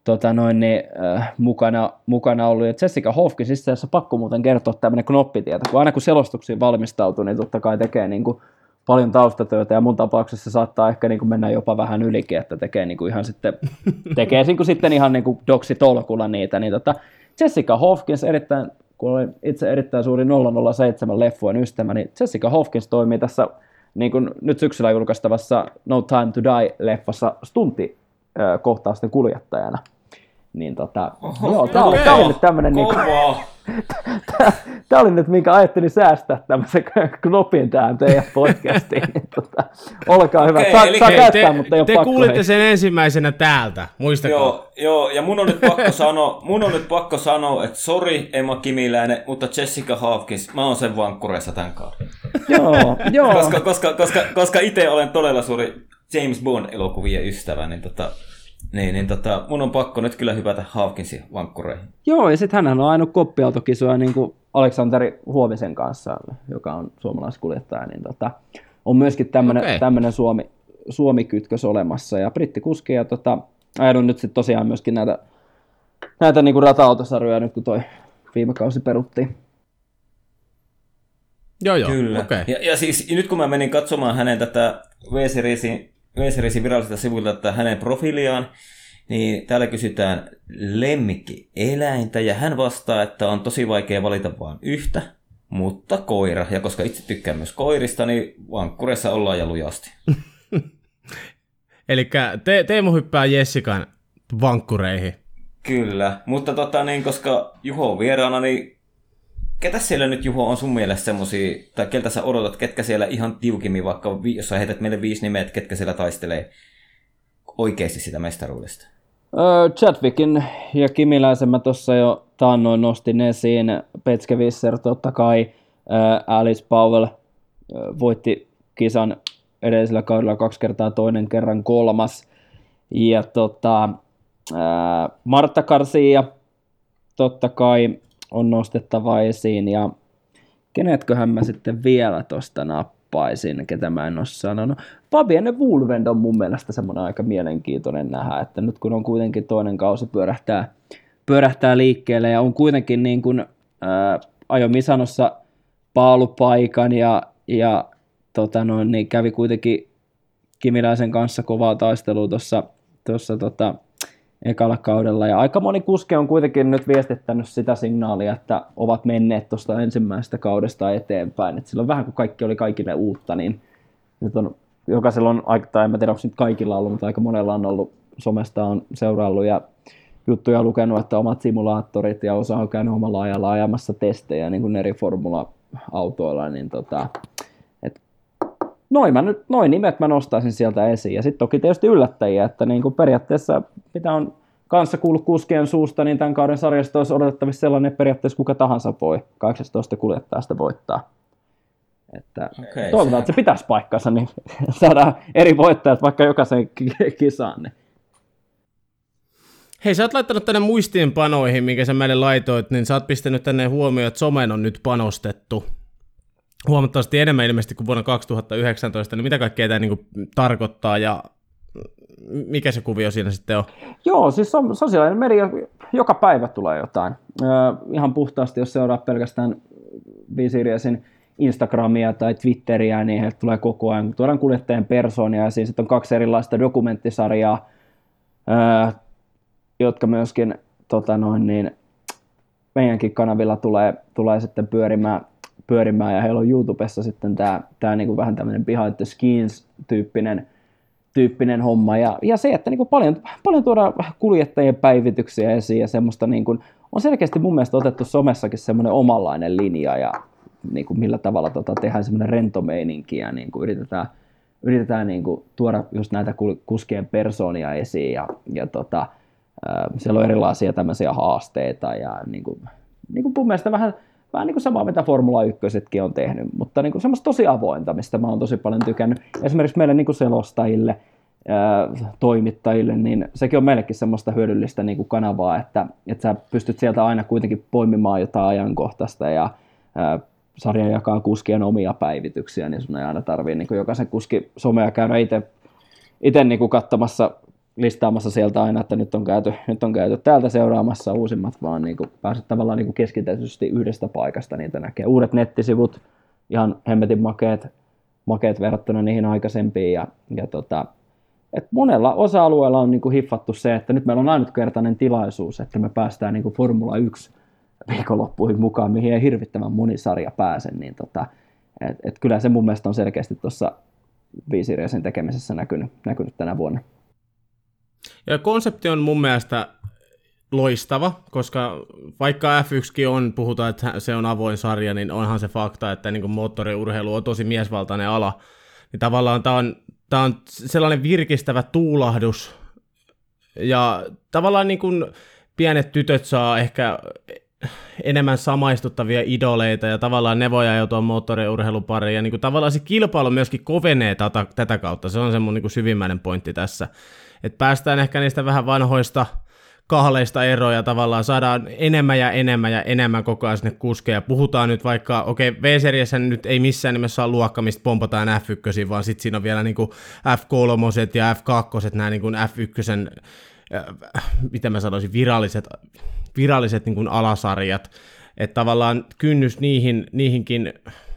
mukana ollut. Ja Jessica Hawkins itse asiassa pakko muuten kertoa tämmöinen knoppitieto, kun aina kun selostuksiin valmistautuu, niin totta kai tekee niin kuin paljon taustatyötä, ja mun tapauksessa se saattaa ehkä niin kuin mennä jopa vähän ylikin, että tekee niin kuin ihan sitten, tekee niin kuin sitten ihan niin kuin doksitolkulla niitä. Niin Jessica Hawkins, kun olen itse erittäin suuri 007 leffujen ystävä, niin Jessica Hawkins toimii tässä niin kuin nyt syksyllä julkaistavassa No Time to Die-leffassa stunttikohtausten kuljettajana. Niin joo, tää oli nyt tämmönen niinku, tää oli nyt minkä ajattelin säästää tämmösen knopin tähän teidän podcastiin. Niin olkaa hyvä. Saa käyttää, mutta ei ole pakko. Te kuulitte sen ensimmäisenä täältä, muistakaa. Joo, ja mun on nyt pakko sanoa, että sori Emma Kimiläinen, mutta Jessica Hawkins, mä oon sen vankkureissa tämän kauden. Joo. Koska itse olen todella suuri James Bond-elokuvien ystävä, niin mun on pakko nyt kyllä hypätä Hawkinsin vankkureihin. Joo, ja sitten hänhän on ainut koppiautokisoja niin kuin Aleksanteri Huovisen kanssa, joka on suomalaiskuljettaja, niin on myöskin tämmöinen Suomi-kytkös olemassa, ja brittikuski, ja ajanut nyt sitten tosiaan myöskin näitä niin kuin rata-autosarjoja nyt, kun toi viime kausi peruttiin. Joo, kyllä. Okay. Ja siis nyt kun mä menin katsomaan hänen tätä V-Seriesin viralliselta sivuilta tätä hänen profiiliaan, niin täällä kysytään lemmikkieläintä, ja hän vastaa, että on tosi vaikea valita vain yhtä, mutta koira. Ja koska itse tykkään myös koirista, niin vankkureissa ollaan ja lujasti. Elikkä Teemu hyppää Jessikan vankkureihin. Kyllä, mutta koska Juho on vieraana, niin ketä siellä nyt, Juho, on sun mielestä semmosia, tai keltä sä odotat, ketkä siellä ihan tiukimmin, vaikka jos sä heität meille 5 nimeä, ketkä siellä taistelee oikeasti sitä mestaruudesta? Chadwickin ja Kimiläisen mä tuossa jo taannoin nostin esiin. Petske Visser totta kai, Alice Powell voitti kisan edellisellä kaudella 2 kertaa, toinen kerran 3. Ja Marta Garcia totta kai on nostettava esiin, ja kenetköhän mä sitten vielä tosta nappaisin, ketä mä en ole sanonut. Fabienne Wohlvend on mun mielestä semmoinen aika mielenkiintoinen nähdä, että nyt kun on kuitenkin toinen kausi pyörähtää liikkeelle, ja on kuitenkin niin kuin ajo Misanossa paalupaikan, ja niin kävi kuitenkin Kimiläisen kanssa kovaa taistelua tuossa ekalla kaudella, ja aika moni kuski on kuitenkin nyt viestittänyt sitä signaalia, että ovat menneet tuosta ensimmäisestä kaudesta eteenpäin, että silloin vähän kun kaikki oli kaikille uutta, niin nyt on jokaisella on, tai en tiedä onko nyt kaikilla ollut, mutta aika monella on ollut, somesta on seuraillut ja juttuja lukenut, että omat simulaattorit, ja osa on käynyt omalla ajalla ajamassa testejä niin kuin eri formula-autoilla, niin noin nimet mä nostaisin sieltä esiin. Ja sitten toki tietysti yllättäjiä, että niin kuin periaatteessa mitä on kanssa kuullut kuskien suusta, niin tämän kauden sarjasta olisi odotettavissa sellainen, että periaatteessa kuka tahansa voi 18 kuljettajasta voittaa. Että toivotaan, että se pitäisi paikkansa, niin saadaan eri voittajat vaikka jokaisen kisaan. Niin. Hei, sä oot laittanut tänne muistiinpanoihin, minkä sä meille laitoit, niin sä oot pistänyt tänne huomioon, että someen on nyt panostettu huomattavasti enemmän ilmeisesti kuin vuonna 2019, niin mitä kaikkea tämä niin tarkoittaa ja mikä se kuvio siinä sitten on? Joo, siis sosiaalinen media, joka päivä tulee jotain. Ihan puhtaasti, jos seuraa pelkästään V-Seriesin Instagramia tai Twitteriä, niin heiltä tulee koko ajan, tuodaan kuljettajien persoonia, ja siis on 2 erilaista dokumenttisarjaa, jotka myöskin meidänkin kanavilla tulee sitten pyörimään, ja heillä on YouTubessa sitten tämä niinku vähän tämmöinen behind the scenes tyyppinen homma, ja se, että niinku paljon tuodaan kuljettajien päivityksiä esiin, ja semmoista niinku, on selkeästi mun mielestä otettu somessakin semmoinen omanlainen linja, ja niinku millä tavalla tehdään semmoinen rento meininki, ja niinku yritetään niinku tuoda just näitä kuskien persoonia esiin, ja siellä on erilaisia tämmöisiä haasteita, ja niinku mun mielestä vähän niin kuin samaa, mitä Formula 1:setkin on tehnyt, mutta niin kuin semmoista tosi avointa, mistä mä oon tosi paljon tykännyt. Esimerkiksi meille niin kuin selostajille, toimittajille, niin sekin on meillekin semmoista hyödyllistä niin kuin kanavaa, että sä pystyt sieltä aina kuitenkin poimimaan jotain ajankohtaista, ja sarja jakaa kuskien omia päivityksiä, niin sun ei aina tarvii niin kuin jokaisen kuski somea käydä itse niin kuin katsomassa listaamassa sieltä aina, että nyt on käyty täältä seuraamassa uusimmat, vaan niin kuin pääset tavallaan niin kuin keskitetysti yhdestä paikasta niitä näkee. Uudet nettisivut, ihan hemmetin makeet verrattuna niihin aikaisempiin. Et monella osa-alueella on niin kuin hiffattu se, että nyt meillä on ainutkertainen tilaisuus, että me päästään niin kuin Formula 1 viikonloppuihin mukaan, mihin ei hirvittävän moni sarja pääse. Niin et kyllä se mun mielestä on selkeästi tuossa V-Seriesin tekemisessä näkynyt tänä vuonna. Ja konsepti on mun mielestä loistava, koska vaikka F1kin puhutaan, että se on avoin sarja, niin onhan se fakta, että niin kuin moottoriurheilu on tosi miesvaltainen ala. Niin tavallaan tämä on sellainen virkistävä tuulahdus, ja tavallaan niin kuin pienet tytöt saa ehkä enemmän samaistuttavia idoleita, ja tavallaan ne voi ajautua moottoriurheilun pariin, ja niin kuin tavallaan se kilpailu myöskin kovenee tätä kautta. Se on se mun niin kuin syvimmäinen pointti tässä. Että päästään ehkä niistä vähän vanhoista kahleista eroja, tavallaan saadaan enemmän koko ajan sinne kuskeja. Puhutaan nyt vaikka, V-seriassa nyt ei missään nimessä ole luokka, mistä pompataan F1, vaan sitten siinä on vielä niinku F3 ja F2, nämä niinku F1, mitä mä sanoisin, viralliset niinku alasarjat. Että tavallaan kynnys niihinkin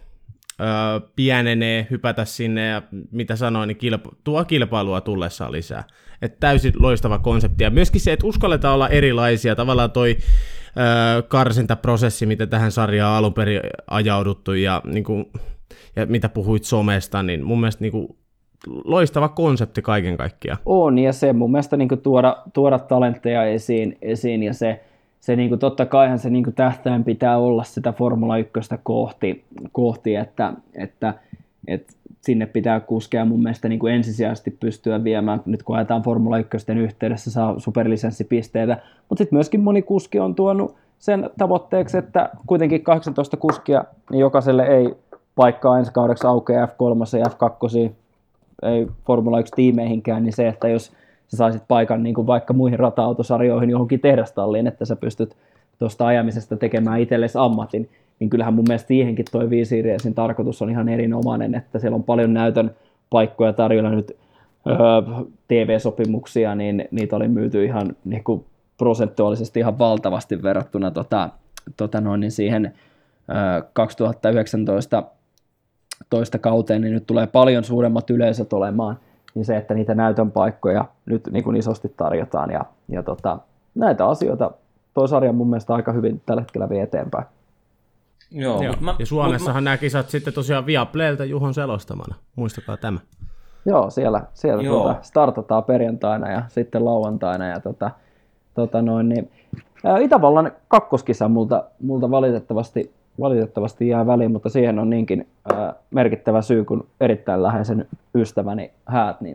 pienenee, hypätä sinne ja mitä sanoin, niin tuo kilpailua tullessaan lisää. Että täysin loistava konsepti. Ja myöskin se, että uskalletaan olla erilaisia. Tavallaan toi karsintaprosessi, mitä tähän sarjaan alun perin ajauduttu ja mitä puhuit somesta, niin mun mielestä niin kuin, loistava konsepti kaiken kaikkiaan. On, ja se mun mielestä niin kuin tuoda talentteja esiin ja se niin kuin, totta kaihan se niin kuin tähtäin pitää olla sitä Formula 1 kohti että sinne pitää kuskea mun mielestä niin kuin ensisijaisesti pystyä viemään, nyt kun ajetaan Formula 1 yhteydessä saa superlisenssipisteitä, mutta sitten myöskin moni kuski on tuonut sen tavoitteeksi, että kuitenkin 18 kuskia, niin jokaiselle ei paikkaa ensi kaudeksi aukea F3 ja F2, ei Formula 1-tiimeihinkään, niin se, että jos sä saisit paikan niin kuin vaikka muihin rata-autosarjoihin johonkin tehdastalliin, että sä pystyt tuosta ajamisesta tekemään itsellesi ammatin, niin kyllähän mun mielestä siihenkin toi V-Seriesin tarkoitus on ihan erinomainen, että siellä on paljon näytön paikkoja tarjolla nyt TV-sopimuksia, niin niitä oli myyty ihan niin kuin prosentuaalisesti ihan valtavasti verrattuna niin siihen 2019 kauteen, niin nyt tulee paljon suuremmat yleisöt olemaan, niin se, että niitä näytön paikkoja nyt niin kuin isosti tarjotaan, ja näitä asioita tuo sarja mun mielestä aika hyvin tällä hetkellä vie eteenpäin. Joo. Ja Suomessahan nämä kisat sitten tosiaan Viaplaylta Juhon selostamana, muistakaa tämä. Joo, siellä startataan perjantaina ja sitten lauantaina, ja niin Itävallan kakkoskisa multa valitettavasti jää väliin, mutta siihen on niinkin merkittävä syy, kun erittäin läheisen ystäväni häät, niin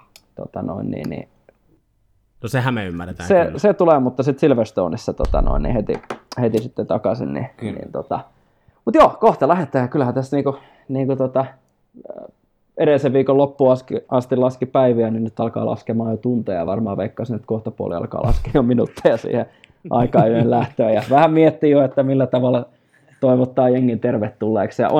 No sehän me ymmärretään. Se tulee, mutta sitten Silverstoneissa niin heti sitten takaisin. Mutta joo, kohta lähdetään. Kyllähän tässä edellisen viikon loppuun asti laski päiviä, niin nyt alkaa laskemaan jo tunteja. Varmaan veikkaisin, että kohta puoli alkaa laskea jo minuutteja siihen aikaan yhden lähtöön. Ja vähän miettii jo, että millä tavalla toivottaa jengin tervetulleeksi. Ja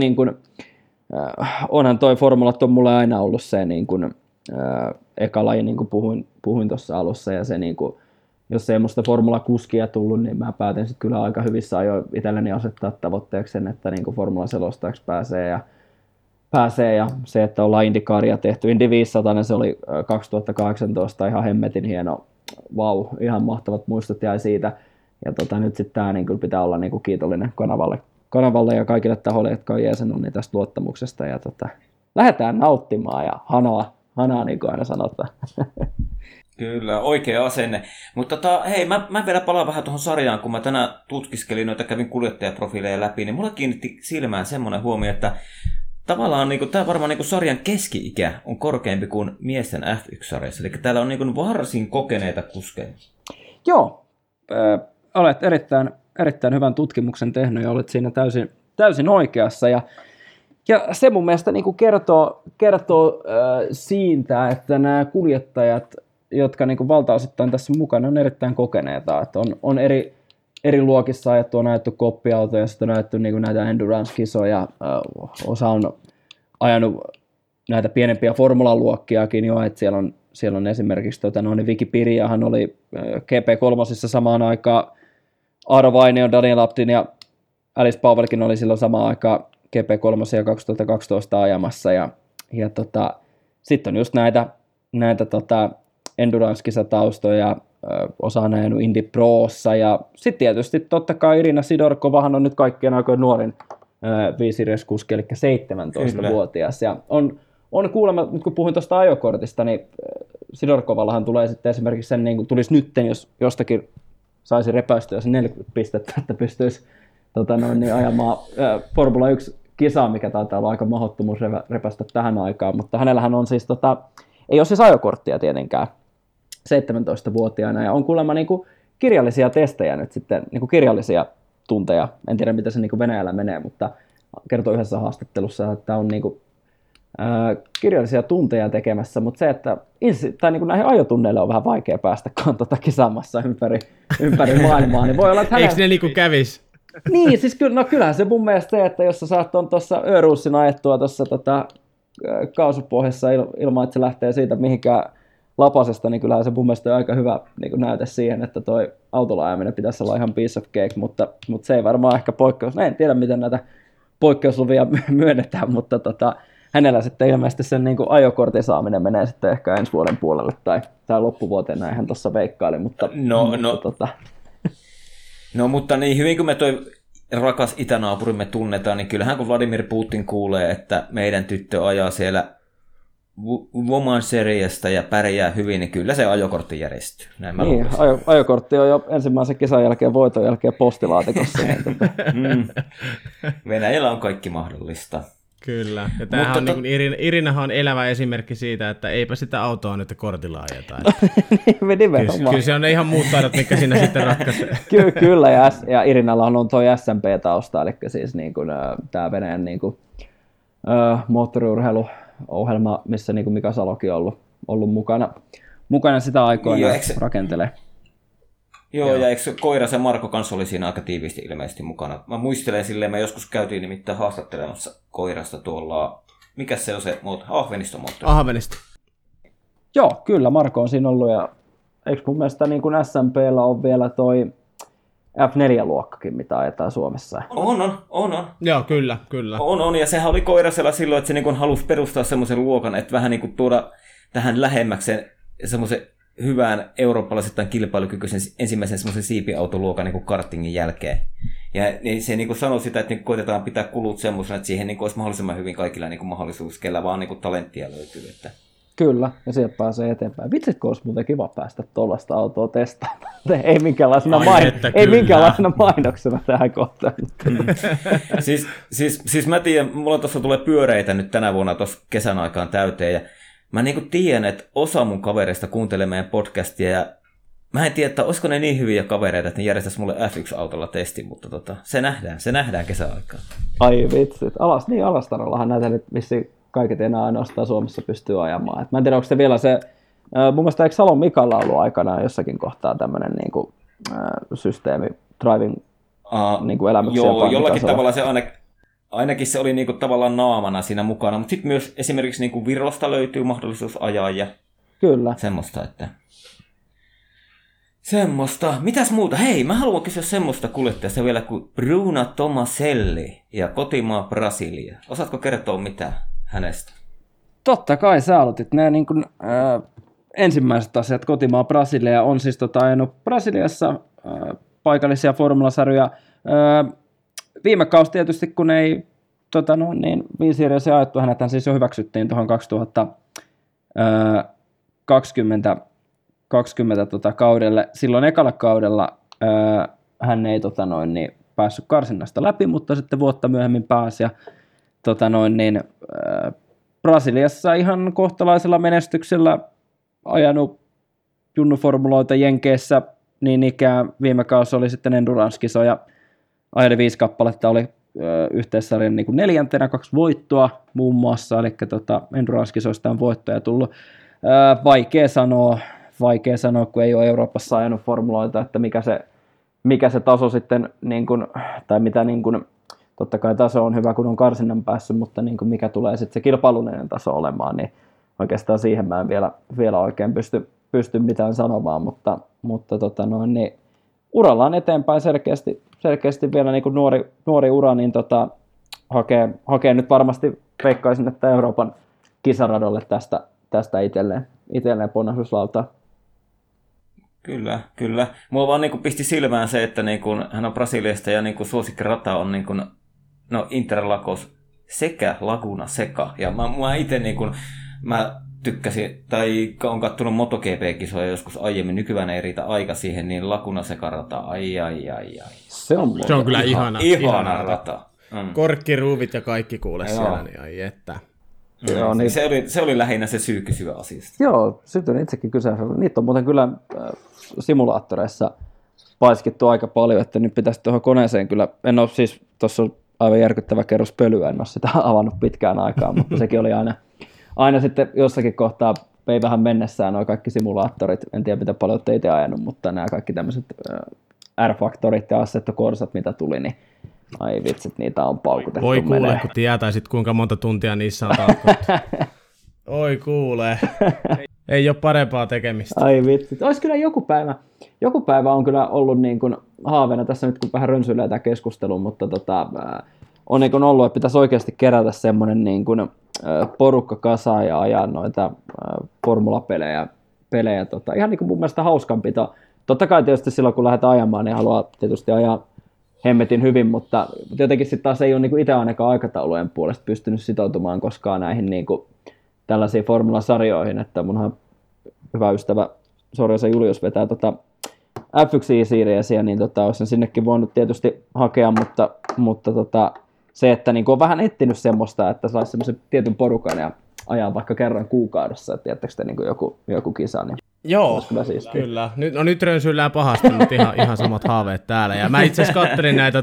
onhan toi formulat on mulle aina ollut se niin kuin, eka laji, niin kuin puhuin tuossa alussa, ja se, niin kuin, jos ei musta formula-kuskia tullut, niin mä päätin sitten kyllä aika hyvissä ajoin itselleni asettaa tavoitteeksi sen, että niin kuin formula-selostajaksi pääsee, ja se, että ollaan IndyCaria tehty. Indy 500, se oli 2018 ihan hemmetin hieno, ihan mahtavat muistot jäi siitä, ja nyt sitten tämä niin pitää olla niin kuin kiitollinen kanavalle ja kaikille tahoille, jotka on jeesannut niin tästä luottamuksesta, ja lähdetään nauttimaan ja hanaa niin kuin aina sanotaan. Kyllä, oikea asenne. Mutta hei, mä vielä palaan vähän tuohon sarjaan, kun mä tänään tutkiskelin noita, kävin kuljettajaprofiileja läpi, niin mulla kiinnitti silmään semmoinen huomio, että tavallaan niin tämä varmaan niin sarjan keski-ikä on korkeampi kuin miesten F1-sarjassa, eli täällä on niin varsin kokeneita kuskeja. Joo, olet erittäin hyvän tutkimuksen tehnyt ja olet siinä täysin oikeassa, ja se mun mielestä niin kuin kertoo siitä, että nämä kuljettajat, jotka niin kuin valtaosittain tässä mukana, on erittäin kokeneita. Että on eri luokissa ajettu, on ajettu koppiautoja, sitten on ajettu niin kuin näitä endurance-kisoja. Osa on ajanut näitä pienempiä formulaluokkiakin jo, että siellä on esimerkiksi Vicky Pirjahan oli GP3 samaan aikaan, Aaro Vainio, Daniel Abdin ja Alice Powellkin oli silloin samaan aikaan GP3 ja 2012 ajamassa ja sitten on just näitä endurance-kisataustoja, osa on ajanut Indy Prossa ja sitten tietysti totta kai Irina Sidorkovahan on nyt kaikkien aikojen nuorin 5-kuski, eli 17-vuotias ja on kuulemma, nyt kun puhuin tuosta ajokortista, niin Sidorkovallahan tulee sitten esimerkiksi sen, niin kuin tulisi nytten, jos jostakin saisi repäistyä se 40 pistettä, että pystyisi ajamaan Formula 1-kisaa, mikä taitaa olla aika mahdottomuus repäistä tähän aikaan, mutta hänellähän on siis, ei ole siis ajokorttia tietenkään 17-vuotiaana, ja on kuulemma niin kuin kirjallisia testejä nyt sitten, niin kuin kirjallisia tunteja, en tiedä mitä se niin kuin Venäjällä menee, mutta kertoi yhdessä haastattelussa, että on niin kuin kirjallisia tunteja tekemässä, mutta se, että niin näihin ajotunneille on vähän vaikea päästä kisaamassa ympäri maailmaa, niin voi olla, että eikö ne niin kuin kävis? Niin, siis kyllähän se mun mielestä se, että jos sä saat tuossa Öruussin ajettua tuossa kaasupohjassa ilman, että se lähtee siitä mihinkään lapasesta, niin kyllähän se mun mielestä on aika hyvä niin näyte siihen, että toi autolla ajaminen pitäisi olla ihan piece of cake, mutta se ei varmaan ehkä poikkeus. En tiedä, miten näitä poikkeusluvia myönnetään, mutta hänellä sitten ilmeisesti sen niin kuin ajokortin saaminen menee sitten ehkä ensi vuoden puolelle tai loppuvuoteen, näin hän tuossa veikkaili, mutta No mutta niin hyvin kuin me toi rakas itänaapurimme tunnetaan, niin kyllähän kun Vladimir Putin kuulee, että meidän tyttö ajaa siellä Woman Seriesta ja pärjää hyvin, niin kyllä se ajokortti järjestyy. Näin niin, ajokortti on jo ensimmäisen kisan jälkeen voiton jälkeen postilaatikossa. Venäjällä on kaikki mahdollista. Kyllä, ja tämähän on niin kuin Irinahan on elävä esimerkki siitä, että eipä sitä autoa nyt kortilla ajeta. Kyllä se on ne ihan muut taidot, mitkä siinä sitten ratkaisee. Kyllä, ja Irinallahan on toi SMP-tausta, eli siis niin kuin, tämä Venäjän niin kuin, moottoriurheiluohjelma, missä niin kuin Mika Salokin on ollut mukana sitä aikoina rakentelee. Joo, ja eikö Koirasen Marko kanssa oli siinä aika tiiviisti ilmeisesti mukana? Mä muistelen silleen, me joskus käytiin nimittäin haastattelemassa Koirasta tuolla, mikä se on se Ahveniston moottori? Ahvenisto. Joo, kyllä Marko on siinä ollut, ja eikö mun mielestä niin kuin SMP:llä on vielä toi F4-luokkakin, mitä ajetaan Suomessa? On. Joo, kyllä. On, ja sehän oli Koirasella silloin, että se niin kuin halusi perustaa semmoisen luokan, että vähän niin kuin tuoda tähän lähemmäksi semmoisen hyvään eurooppalaisittain kilpailukykyisen ensimmäisen semmoisen siipiautoluokan niin kuin kartingin jälkeen. Ja se niin kuin sanoi sitä, että niin koitetaan pitää kulut semmoisena, että siihen niin kuin olisi mahdollisimman hyvin kaikilla niin kuin mahdollisuus, kellä vaan niin kuin talenttia löytyy. Että. Kyllä, ja sieltä pääsee eteenpäin. Vitsikö olisi muuten kiva päästä tuollaista autoa testaamaan? Ei minkäänlaisena mainoksena tähän kohtaan. Siis mä tiedän, mulla tuossa tulee pyöreitä nyt tänä vuonna tuossa kesän aikaan täyteen, ja mä niin kuin tiedän, että osa mun kavereista kuuntelee meidän podcastia, ja mä en tiedä, että olisiko ne niin hyviä kavereita, että ne järjestäisi mulle F1-autolla testin, mutta se nähdään kesäaikaan. Ai vitsit, Alastarollahan näitä nyt vissiin kaiket enää ainoastaan Suomessa pystyy ajamaan. Et mä en tiedä, onko se vielä se, mun mielestä eikö Salon Mikalla ollut aikanaan jossakin kohtaa tämmöinen niinku, systeemi, driving niinku elämyksiä. Joo, jollakin tavalla se ainakin se oli niinku tavallaan naamana siinä mukana, mutta sitten myös esimerkiksi niinku Virosta löytyy mahdollisuus ajaa ja kyllä. Semmoista, että semmoista. Mitäs muuta? Hei, mä haluan kysyä semmoista kuljettajasta vielä kuin Bruna Tomaselli ja kotimaa Brasilia. Osaatko kertoa mitä hänestä? Totta kai sä aloitit. Nämä niin kuin, ensimmäiset asiat. Kotimaa Brasilia on siis ajanut Brasiliassa paikallisia formulasarjoja. Viime kausi tietysti, kun ei viisieriäisiä ajettu, hänethän siis jo hyväksyttiin tuohon 2020 kaudelle. Silloin ekalla kaudella hän ei päässyt karsinnasta läpi, mutta sitten vuotta myöhemmin pääsi. Ja, Brasiliassa ihan kohtalaisella menestyksellä ajanut junnuformuloita Jenkeissä, niin ikään viime kausi oli sitten endurance-kisoja. Ajeli 5 kappaletta, oli yhteissarjan niin kuin 4. 2 voittoa muun muassa, eli endurance-kisoista on voittoja tullut. Vaikea sanoa, kun ei ole Euroopassa ajanut formuloita, että mikä se taso sitten, niin kuin, tai mitä niin kuin, totta kai taso on hyvä, kun on karsinnan päässyt, mutta niin kuin mikä tulee sitten se kilpailullinen taso olemaan, niin oikeastaan siihen mä en vielä oikein pysty mitään sanomaan, mutta niin urallaan eteenpäin selkeästi vielä niin kuin nuori ura, niin hakee nyt varmasti, veikkaisin, että Euroopan kisaradolle tästä itselleen ponnahduslautaa. Kyllä. Mua vaan niin pisti silmään se, että niin kun hän on Brasiliasta ja niin suosikkirata on niin kun, Interlagos sekä Laguna Seca. Ja mä itse niin kun, mä tykkäsin, tai on kattonut MotoGP-kisoja joskus aiemmin, nykyään ei riitä aika siihen, niin Laguna Seca-rata, ai. Se on kyllä ihana rata. Korkkiruuvit ja kaikki kuule siellä, niin ai että. Joo, niin... se oli lähinnä se syy kysyä asiasta. Joo, sytyin itsekin kyseessä. Niitä on muuten kyllä simulaattoreissa paiskittu aika paljon, että nyt pitäisi tuohon koneeseen kyllä, en ole siis, tuossa on aivan järkyttävä kerros pölyä, en ole sitä avannut pitkään aikaan, mutta sekin oli aina sitten jossakin kohtaa vei vähän mennessään nuo kaikki simulaattorit, en tiedä mitä paljon olette itse ajanut, mutta nämä kaikki tämmöiset R-faktorit ja Assetto Corsat, mitä tuli, niin ai vitsit, niitä on paukutettu. Voi kuule, kun tietäisit kuinka monta tuntia niissä on tarkoittu. Oi kuule. Ei ole parempaa tekemistä. Ai vitsit. Olisi kyllä joku päivä on kyllä ollut niin kuin haaveena tässä nyt, kun vähän rönsyilee tämä keskustelu, mutta on niin kuin ollut, että pitäisi oikeasti kerätä semmoinen niin kuin porukka kasaan ja ajaa noita formulapelejä. Ihan niin kuin mun mielestä hauskanpito. Totta kai tietysti silloin, kun lähdetään ajamaan, niin haluaa tietysti ajaa hemmetin hyvin, mutta jotenkin sitten taas ei ole niin itse ainakaan aikataulujen puolesta pystynyt sitoutumaan koskaan näihin niin kuin tällaisiin formulasarjoihin, että munhan hyvä ystävä Sorjosen Julius vetää F1-seeriesiä, niin olisin sinnekin voinut tietysti hakea, mutta se, että niin on vähän etsinyt semmoista, että saisi semmoisen tietyn porukan ja ajaa vaikka kerran kuukaudessa, että tiedättekö te niin joku kisa, niin joo, kyllä. Nyt rönsyillään pahasti, mutta ihan samat haaveet täällä. Ja mä itse asiassa katselin näitä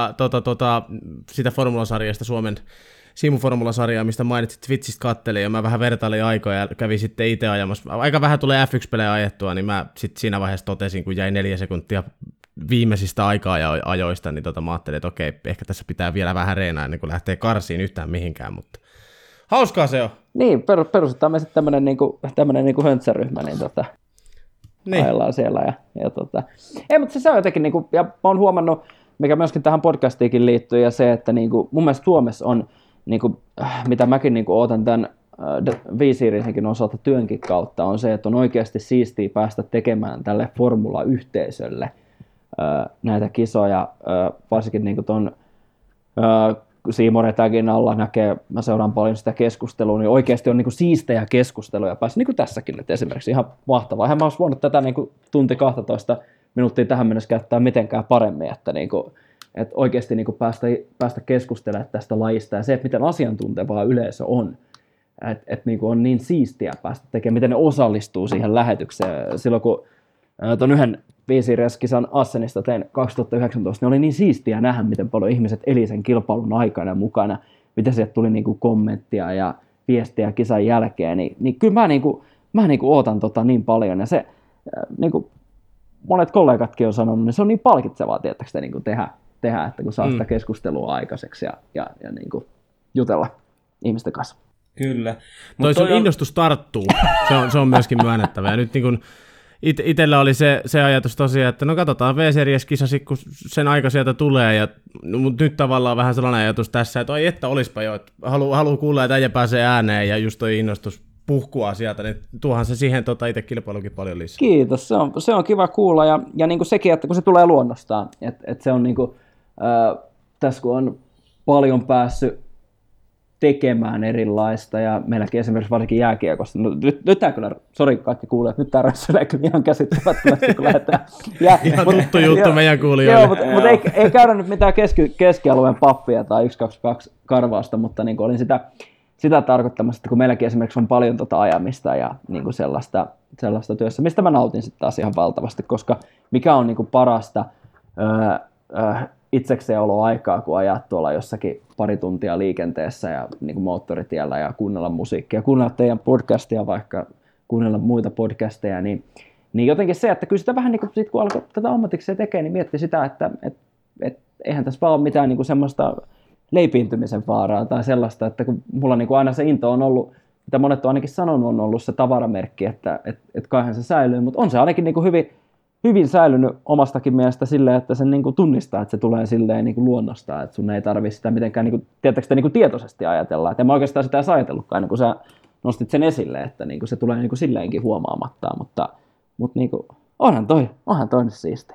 sitä formulasarjasta, Suomen simuformulasarjaa, mistä mainitsit, Twitchistä kattelin, ja mä vähän vertailin aikoja ja kävin sitten itse ajamassa. Aika vähän tulee F1-pelejä ajettua, niin mä sitten siinä vaiheessa totesin, kun jäi 4 sekuntia viimeisistä aika-ajoista, niin mä ajattelin, että okei, ehkä tässä pitää vielä vähän reenaa ennen kuin lähtee karsiin yhtään mihinkään, mutta hauskaa se on. Niin, perustetaan me sitten tämmöinen niinku höntsäryhmä, niin ajellaan siellä. Ei, mutta se on jotenkin, niinku, ja mä oon huomannut, mikä myöskin tähän podcastiinkin liittyy, ja se, että niinku, mun mielestä Suomessa on, niinku, mitä mäkin niinku ootan tämän V-Seriesinkin osalta työnkin kautta, on se, että on oikeasti siistiä päästä tekemään tälle formula-yhteisölle näitä kisoja, varsinkin niinku ton Siimoretagin alla näkee, mä seuraan paljon sitä keskustelua, niin oikeasti on niinku siistejä keskusteluja päässä, niin kuin tässäkin nyt esimerkiksi, ihan mahtavaa. Eihän mä olisi voinut tätä niinku tunti 12 minuuttia tähän mennessä käyttää mitenkään paremmin, että että oikeasti niinku päästä keskustelemaan tästä lajista ja se, että miten asiantuntevaa yleisö on, että niinku on niin siistiä päästä tekemään, miten ne osallistuu siihen lähetykseen. Silloin kun tuon yhden V-Series-kisan Assenista tein 2019, niin oli niin siistiä nähdä, miten paljon ihmiset eli sen kilpailun aikana mukana, miten sieltä tuli niinku kommenttia ja viestiä kisan jälkeen, niin kyllä mä ootan niin paljon, ja se niinku monet kollegatkin on sanonut, niin se on niin palkitsevaa, tietääkö niinku tehdä, että kun saa sitä keskustelua aikaiseksi ja niinku jutella ihmisten kanssa. Kyllä. Toi sun innostus tarttuu, se on myöskin myönnettävä, ja nyt niin itsellä oli se ajatus tosiaan, että no katsotaan V-Series-kisasi, kun sen aika sieltä tulee, mutta nyt tavallaan vähän sellainen ajatus tässä, että oi että olispa jo, että haluaa kuulla, että äijä pääsee ääneen, ja just toi innostus puhkua sieltä, niin tuohan se siihen itse kilpailukin paljon lisää. Kiitos, se on kiva kuulla, ja niin kuin sekin, että kun se tulee luonnostaan, että se on niin kuin, tässä kun on paljon päässyt tekemään erilaista, ja meilläkin esimerkiksi varsinkin jääkiekossa. No, nyt tämä kyllä, sori kaikki kuulijat, nyt tämä rössölee kyllä ihan käsittämättömästi, kun lähdetään. Ihan tuttu juttu meidän kuulijoille. Joo, mutta ei käydä nyt mitään keskialueen pappia tai 1-2-2 karvausta, mutta niin olin sitä tarkoittamassa, että kun meilläkin esimerkiksi on paljon ajamista ja niin kuin sellaista työssä, mistä mä nautin sitten taas ihan valtavasti, koska mikä on niin kuin parasta itsekseen oloaikaa, kun ajaa tuolla jossakin pari tuntia liikenteessä ja niin kuin moottoritiellä ja kuunnella musiikkia, kuunnella teidän podcastia, vaikka kuunnella muita podcasteja, niin jotenkin se, että kyllä sitä vähän niin kuin sit, kun alkoi tätä ammatikseen tekemään, niin mietti sitä, että eihän tässä vaan ole mitään niin kuin semmoista leipiintymisen vaaraa tai sellaista, että kun mulla niin kuin aina se into on ollut mitä monet on ainakin sanonut, on ollut se tavaramerkki, että kaihan se säilyy, mutta on se ainakin niin kuin hyvin säilynyt omastakin mielestä silleen, että sen niin kuin tunnistaa, että se tulee silleen niin kuin luonnostaan, että sun ei tarvitse sitä mitenkään niin kuin tietoisesti ajatella. Et en mä oikeastaan sitä edes ajatellutkaan, kun sä nostit sen esille, että niin kuin se tulee niin kuin silleenkin huomaamattaan, mutta niin kuin, onhan toi nyt siisti.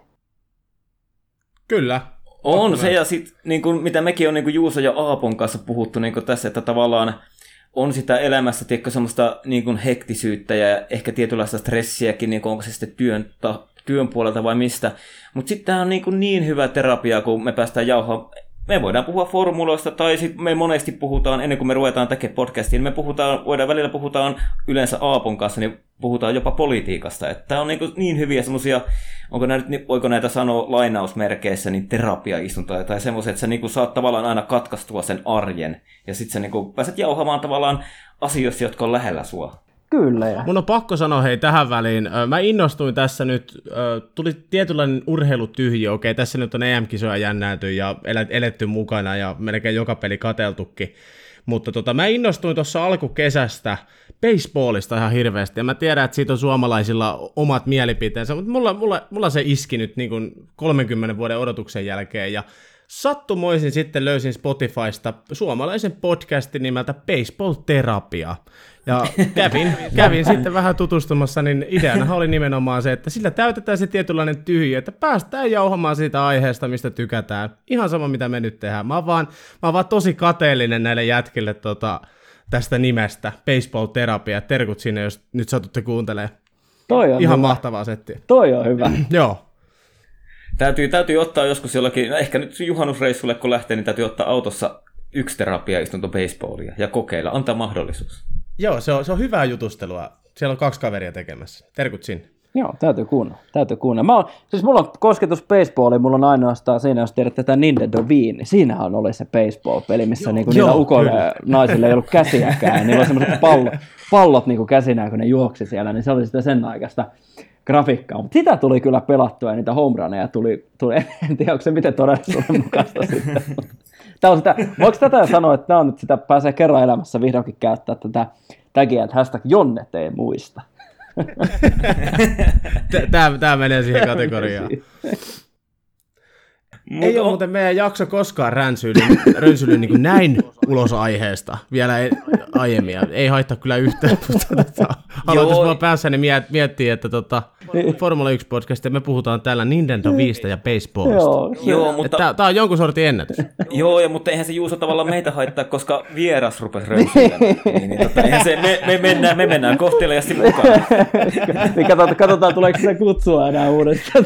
Kyllä. On se, ja sitten niin mitä mekin on niin Juuso ja Aapon kanssa puhuttu niin tässä, että tavallaan on sitä elämässä semmoista niin hektisyyttä ja ehkä tietynlaista stressiäkin, niin onko se sitten työn puolelta vai mistä. Mutta sitten tämä on niin hyvä terapia, kun me päästään jauhaa. Me voidaan puhua formuloista, tai sitten me monesti puhutaan, ennen kuin me ruvetaan tekemään podcastia, niin välillä puhutaan yleensä Aapon kanssa, niin puhutaan jopa politiikasta. Tämä on niin hyviä semmoisia, voiko näitä sanoa lainausmerkeissä, niin terapiaistuntoja tai semmoisia, että sä saat tavallaan aina katkaistua sen arjen, ja sitten sä pääset jauhamaan tavallaan asioista, jotka on lähellä sua. Kyllä. Ja. Mun on pakko sanoa tähän väliin. Mä innostuin tässä nyt, tuli tietynlainen urheilutyhjiö. Okei, tässä nyt on EM-kisoja jännäyty ja eletty mukana ja melkein joka peli katseltukin. Mutta mä innostuin tuossa alkukesästä baseballista ihan hirveästi. Ja mä tiedän, että siitä on suomalaisilla omat mielipiteensä, mutta mulla se iski nyt niin kuin 30 vuoden odotuksen jälkeen. Ja sattumoisin sitten löysin Spotifysta suomalaisen podcastin nimeltä Baseball Terapia. Ja kävin sitten vähän tutustumassa, niin ideana oli nimenomaan se, että sillä täytetään se tietynlainen tyhjiö, että päästään jauhamaan siitä aiheesta, mistä tykätään. Ihan sama, mitä me nyt tehdään. Mä oon vaan tosi kateellinen näille jätkille tästä nimestä, Baseball Terapia. Terkut sinne, jos nyt satutte kuuntelemaan. Toi on ihan hyvä. mahtavaa settiä. Toi on hyvä. Joo. Täytyy ottaa joskus jollakin, ehkä nyt juhannusreissulle kun lähtee, niin täytyy ottaa autossa 1 terapiaistunto baseballia ja kokeilla, antaa mahdollisuus. Joo, se on hyvää jutustelua. Siellä on 2 kaveria tekemässä. Terkut sinne. Joo, täytyy kuunnella. Mulla on kosketus baseballiin, mulla on ainoastaan siinä, jos tiedät tätä Nintendo Wii, niin siinähän oli se baseball-peli, missä niinku niillä ukoille naisille ei ollut käsiäkään. Niillä oli semmoiset pallot niinku käsinään, kun ne juoksi siellä, niin se oli sitä sen aikaista grafiikkaa. Mutta sitä tuli kyllä pelattua ja niitä home runeja tuli en tiedä, onko se miten todellisuuden mukaista sitten. Tämä on sitä, voiko tätä sanoa, että tämä on nyt sitä, pääsee kerran elämässä vihdoinkin käyttää tätä tagia, että hashtag Jonnet ei muista. Tämä menee siihen kategoriaan. Ei ole muuten meidän jakso koskaan rönsyily niin kuin näin ulos aiheesta vielä aiemmin. Ei haittaa kyllä yhtään, mutta aloitus vaan päässäni miettiä, että Formula 1-podcast, me puhutaan täällä Nintendo Wiistä ja baseballista. Joo, mutta tämä on jonkun sortin ennätys. Joo, mutta eihän se Juuso tavallaan meitä haittaa, koska vieras rupesi rönsyilemään. Me mennään kohteliaasti mukaan. Niin katsotaan, tuleeko se kutsua enää uudestaan.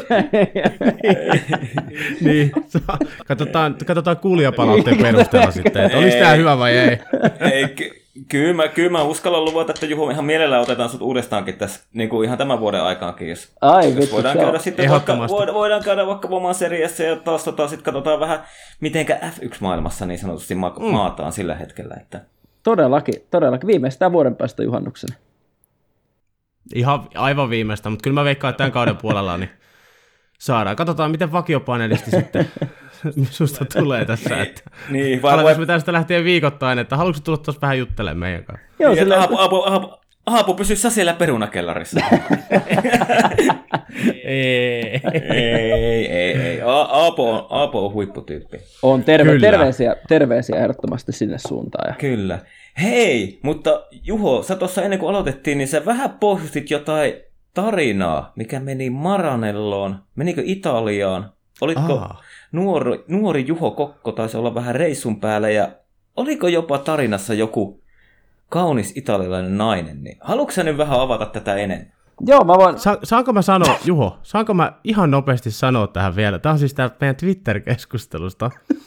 Niin, katsotaan kuulijapalautteen perusteella sitten, että olisi tämä hyvä vai ei. Kyllä mä uskallan luvata, että Juho, ihan mielellään otetaan sut uudestaankin tässä, niin kuin ihan tämän vuoden aikaankin, jos voidaan käydä sitten voidaan käydä vaikka omaan seriassa ja taas sitten katsotaan vähän, mitenkä F1-maailmassa niin sanotusti maataan sillä hetkellä. Että. Todellakin. Viimeistään vuoden päästä juhannuksena. Ihan aivan viimeistä, mutta kyllä mä veikkaan, että tämän kauden puolella niin saadaan. Katsotaan, miten vakiopaneelisti sitten susta tulee tässä. Että aletaan me tästä lähtien viikoittain, että haluatko tulla tuossa vähän juttelemaan meidän kanssa? Joo, Aapo, pysy sä siellä perunakellarissa. Ei. Aapo on huipputyyppi. On terveisiä ehdottomasti sinne suuntaan. Ja. Kyllä. Hei, mutta Juho, sä tuossa ennen kuin aloitettiin, niin sä vähän pohjustit jotain tarinaa, mikä meni Maranelloon. Menikö Italiaan? Olitko nuori Juho Kokko, taisi olla vähän reissun päällä, ja oliko jopa tarinassa joku kaunis italialainen nainen? Niin haluatko sä nyt vähän avata tätä enemmän? Joo, mä voin. Saanko mä sanoa, Juho, saanko mä ihan nopeasti sanoa tähän vielä? Tämä on siis täältä meidän Twitter-keskustelusta.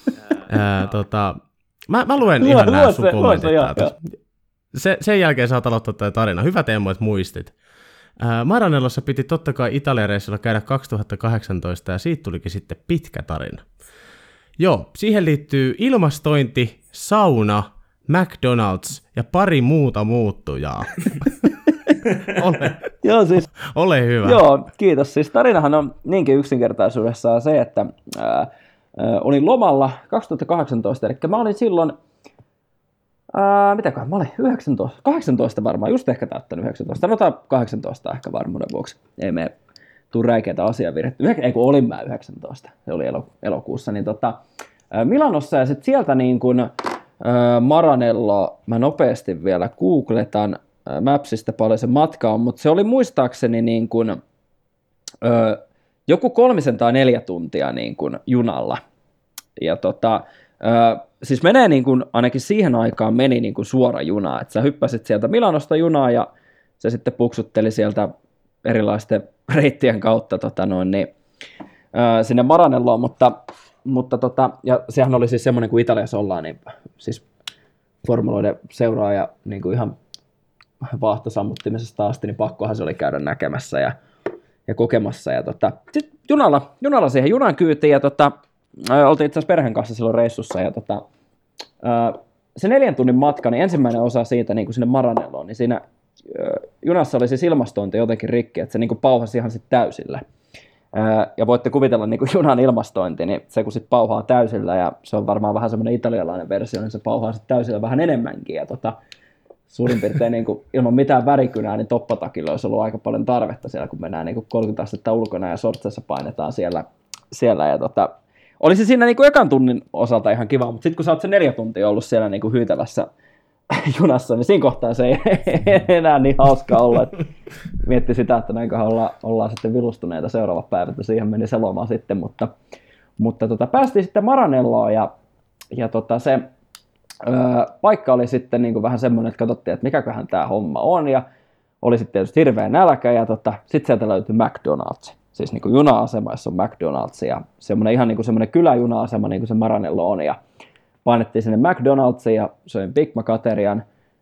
Mä luen ihan nämä sun kommentit täältä. Sen jälkeen saat aloittaa tämä tarina. Hyvä Teemu, että muistit. Maranellossa piti totta kai Italia-reissulla käydä 2018 ja siitä tulikin sitten pitkä tarina. Joo, siihen liittyy ilmastointi, sauna, McDonald's ja pari muuta muuttujaa. Ole hyvä. Joo, kiitos. Siis tarinahan on niinkin yksinkertaisuudessaan se, että olin lomalla 2018, eli mä olin silloin Mitäköhän mä olin? 19, 18 varmaan, just ehkä täyttänyt 19. Sanotaan 18 ehkä varmuuden vuoksi. Ei me tuu räikeitä asiavirhettä. Ei kun olin mä 19, se oli elokuussa. Niin Milanossa ja sitten sieltä niin kun, Maranello, mä nopeasti vielä googletan Mapsista paljon se matka on, mutta se oli muistaakseni niin kun, joku 3 tai 4 tuntia niin kun junalla. Ja siis menee niin kuin, ainakin siihen aikaan meni niin kuin suora juna, että sä hyppäsit sieltä Milanosta junaa ja se sitten puksutteli sieltä erilaisten reittien kautta sinne Maranelloon, mutta ja sehän oli siis semmoinen, kun Italiassa ollaan, niin siis formuloiden seuraaja niin kuin ihan vaahtosammuttimisesta asti, niin pakkohan se oli käydä näkemässä ja kokemassa. Ja sitten junalla siihen junan kyytiin ja oltiin itse asiassa perheen kanssa silloin reissussa ja se 4 tunnin matka, niin ensimmäinen osa siitä niin kuin sinne Maranelloon, niin siinä junassa oli siis ilmastointi jotenkin rikki, että se niin kuin pauhasi ihan sitten täysillä. Ja voitte kuvitella niin kuin junan ilmastointi, niin se kun sitten pauhaa täysillä ja se on varmaan vähän semmoinen italialainen versio, niin se pauhaa sitten täysillä vähän enemmänkin ja suurin piirtein niin kuin, ilman mitään värikynää, niin toppatakilla olisi ollut aika paljon tarvetta siellä, kun mennään niin kuin 30 astetta ulkona ja sortsessa painetaan siellä ja olisi siinä niin kuin ekan tunnin osalta ihan kiva, mutta sitten kun sä oot se 4 tuntia ollut siellä niin kuin hyytävässä junassa, niin siinä kohtaa se ei enää niin hauskaa olla. Että mietti sitä, että näinköhän ollaan sitten vilustuneita seuraava päivä, että siihen meni se loma sitten, mutta päästiin sitten Maranelloon ja se paikka oli sitten niin kuin vähän semmoinen, että katsottiin, että mikäköhän tämä homma on ja oli sitten tietysti hirveä nälkä ja sitten sieltä löytyi McDonald's. Siis niin kuin juna-asema, jossa on McDonald's ja semmoinen ihan niin kuin semmoinen kyläjuna-asema, niin kuin se Maranello on. Ja painettiin sinne McDonald'siin ja söin Big Mac-aterian.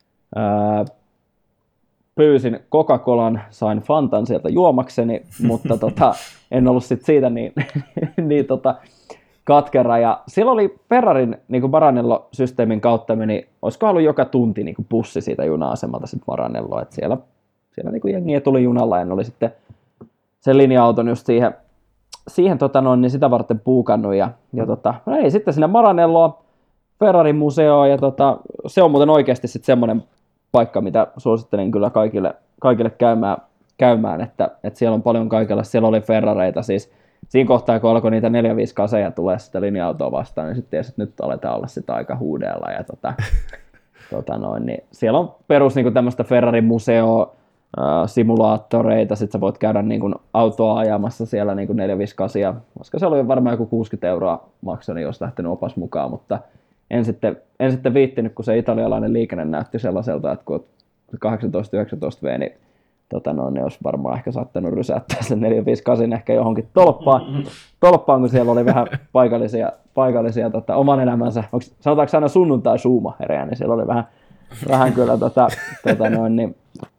Pyysin Coca-Colan, sain Fantan sieltä juomakseni, mutta en ollut sit siitä niin katkera. Ja siellä oli Ferrarin niin kuin Maranello-systeemin kautta meni, olisiko ollut joka tunti niin kuin bussi siitä juna-asemalta sitten Maranelloa. Että siellä niin kuin jengiä tuli junalla ja ne oli sitten sen linja-auton just siihen niin sitä varten puukannut ja no ei, sitten sinne Maranelloon, Ferrarin museoon ja se on muuten oikeasti sitten semmoinen paikka, mitä suosittelen kyllä kaikille käymään että siellä on paljon kaikella, siellä oli Ferrareita siis siinä kohtaa, kun alkoi niitä 458 tulee sitä linja-autoa vastaan, niin sitten tiesi, että nyt aletaan olla sitä aika huudella ja niin siellä on perus niin kuin tämmöistä Ferrarin museoa, simulaattoreita, sitten sä voit käydä niin kuin autoa ajamassa siellä niin kuin 458, koska se oli varmaan joku 60 euroa maksaa, niin jos lähtenyt opas mukaan, mutta en sitten viittinyt, kun se italialainen liikenne näytti sellaiselta, että kun 18-19 V, niin, niin olisi varmaan ehkä saattanut rysäyttää sen 458 ehkä johonkin tolppaan, kun siellä oli vähän paikallisia oman elämänsä, sanotaanko aina sunnuntai suumaherejä, niin siellä oli vähän kyllä niin,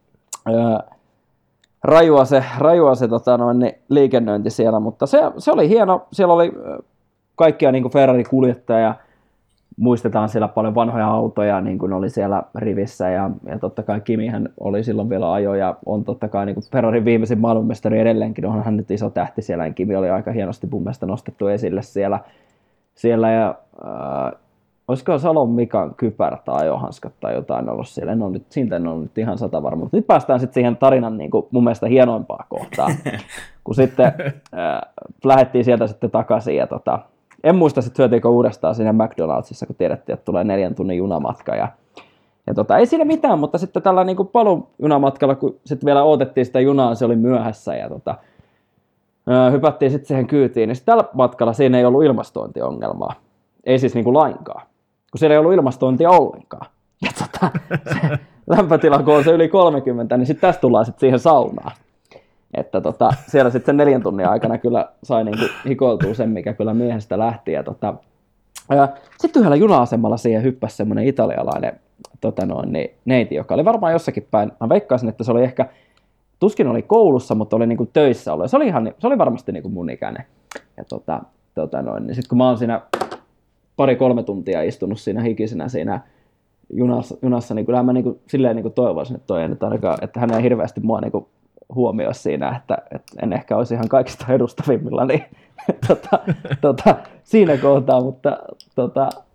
rajua se liikennöinti siellä, mutta se oli hieno. Siellä oli kaikkia niin kuin Ferrari-kuljettaja, muistetaan siellä paljon vanhoja autoja, niin kuin oli siellä rivissä ja totta kai Kimihän oli silloin vielä ajo ja on totta kai niin kuin Ferrarin viimeisin maailmanmestari edelleenkin, onhan hän nyt iso tähti siellä, ja Kimi oli aika hienosti mun mielestä nostettu esille siellä ja olisiko Salon Mikan kypärä tai ajohanskat tai jotain ollut siellä. Siitä en ole nyt ihan 100 varma. Mutta nyt päästään sitten siihen tarinan niin kuin mun mielestä hienoimpaa kohtaan. Kun sitten lähdettiin sieltä sitten takaisin. Ja en muista sitten syötiinkö uudestaan siinä McDonaldsissa, kun tiedettiin, että tulee 4 tunnin junamatka. Ja ei siinä mitään, mutta sitten tällä niin kuin palun junamatkalla, kun sitten vielä odotettiin sitä junaa, se oli myöhässä. Ja hypättiin sitten siihen kyytiin. Niin tällä matkalla siinä ei ollut ilmastointiongelmaa. Ei siis niin kuin lainkaan. Kun siellä ei ollut ilmastointia ollenkaan. Ja se lämpötila, kun on se yli 30, niin sitten tästä tullaan sitten siihen saunaan. Että siellä sitten sen 4 tunnin aikana kyllä sai niinku hikoiltua sen, mikä kyllä miehestä lähti. Ja sitten yhdellä juna-asemalla siihen hyppäsi semmoinen italialainen neiti, joka oli varmaan jossakin päin. Mä veikkaisin, että se oli ehkä, tuskin oli koulussa, mutta oli niinku töissä ollut. Se oli varmasti niinku mun ikäinen. Ja niin sitten kun mä oon siinä 2-3 tuntia istunut siinä hikisenä siinä junassa, niin kyllähän mä niin kuin, silleen niin kuin toivoisin, että toi ei nyt ainakaan, että hän ei hirveästi mua niin kuin huomioi siinä, että en ehkä olisi ihan kaikista edustavimmilla niin, siinä kohtaa, mutta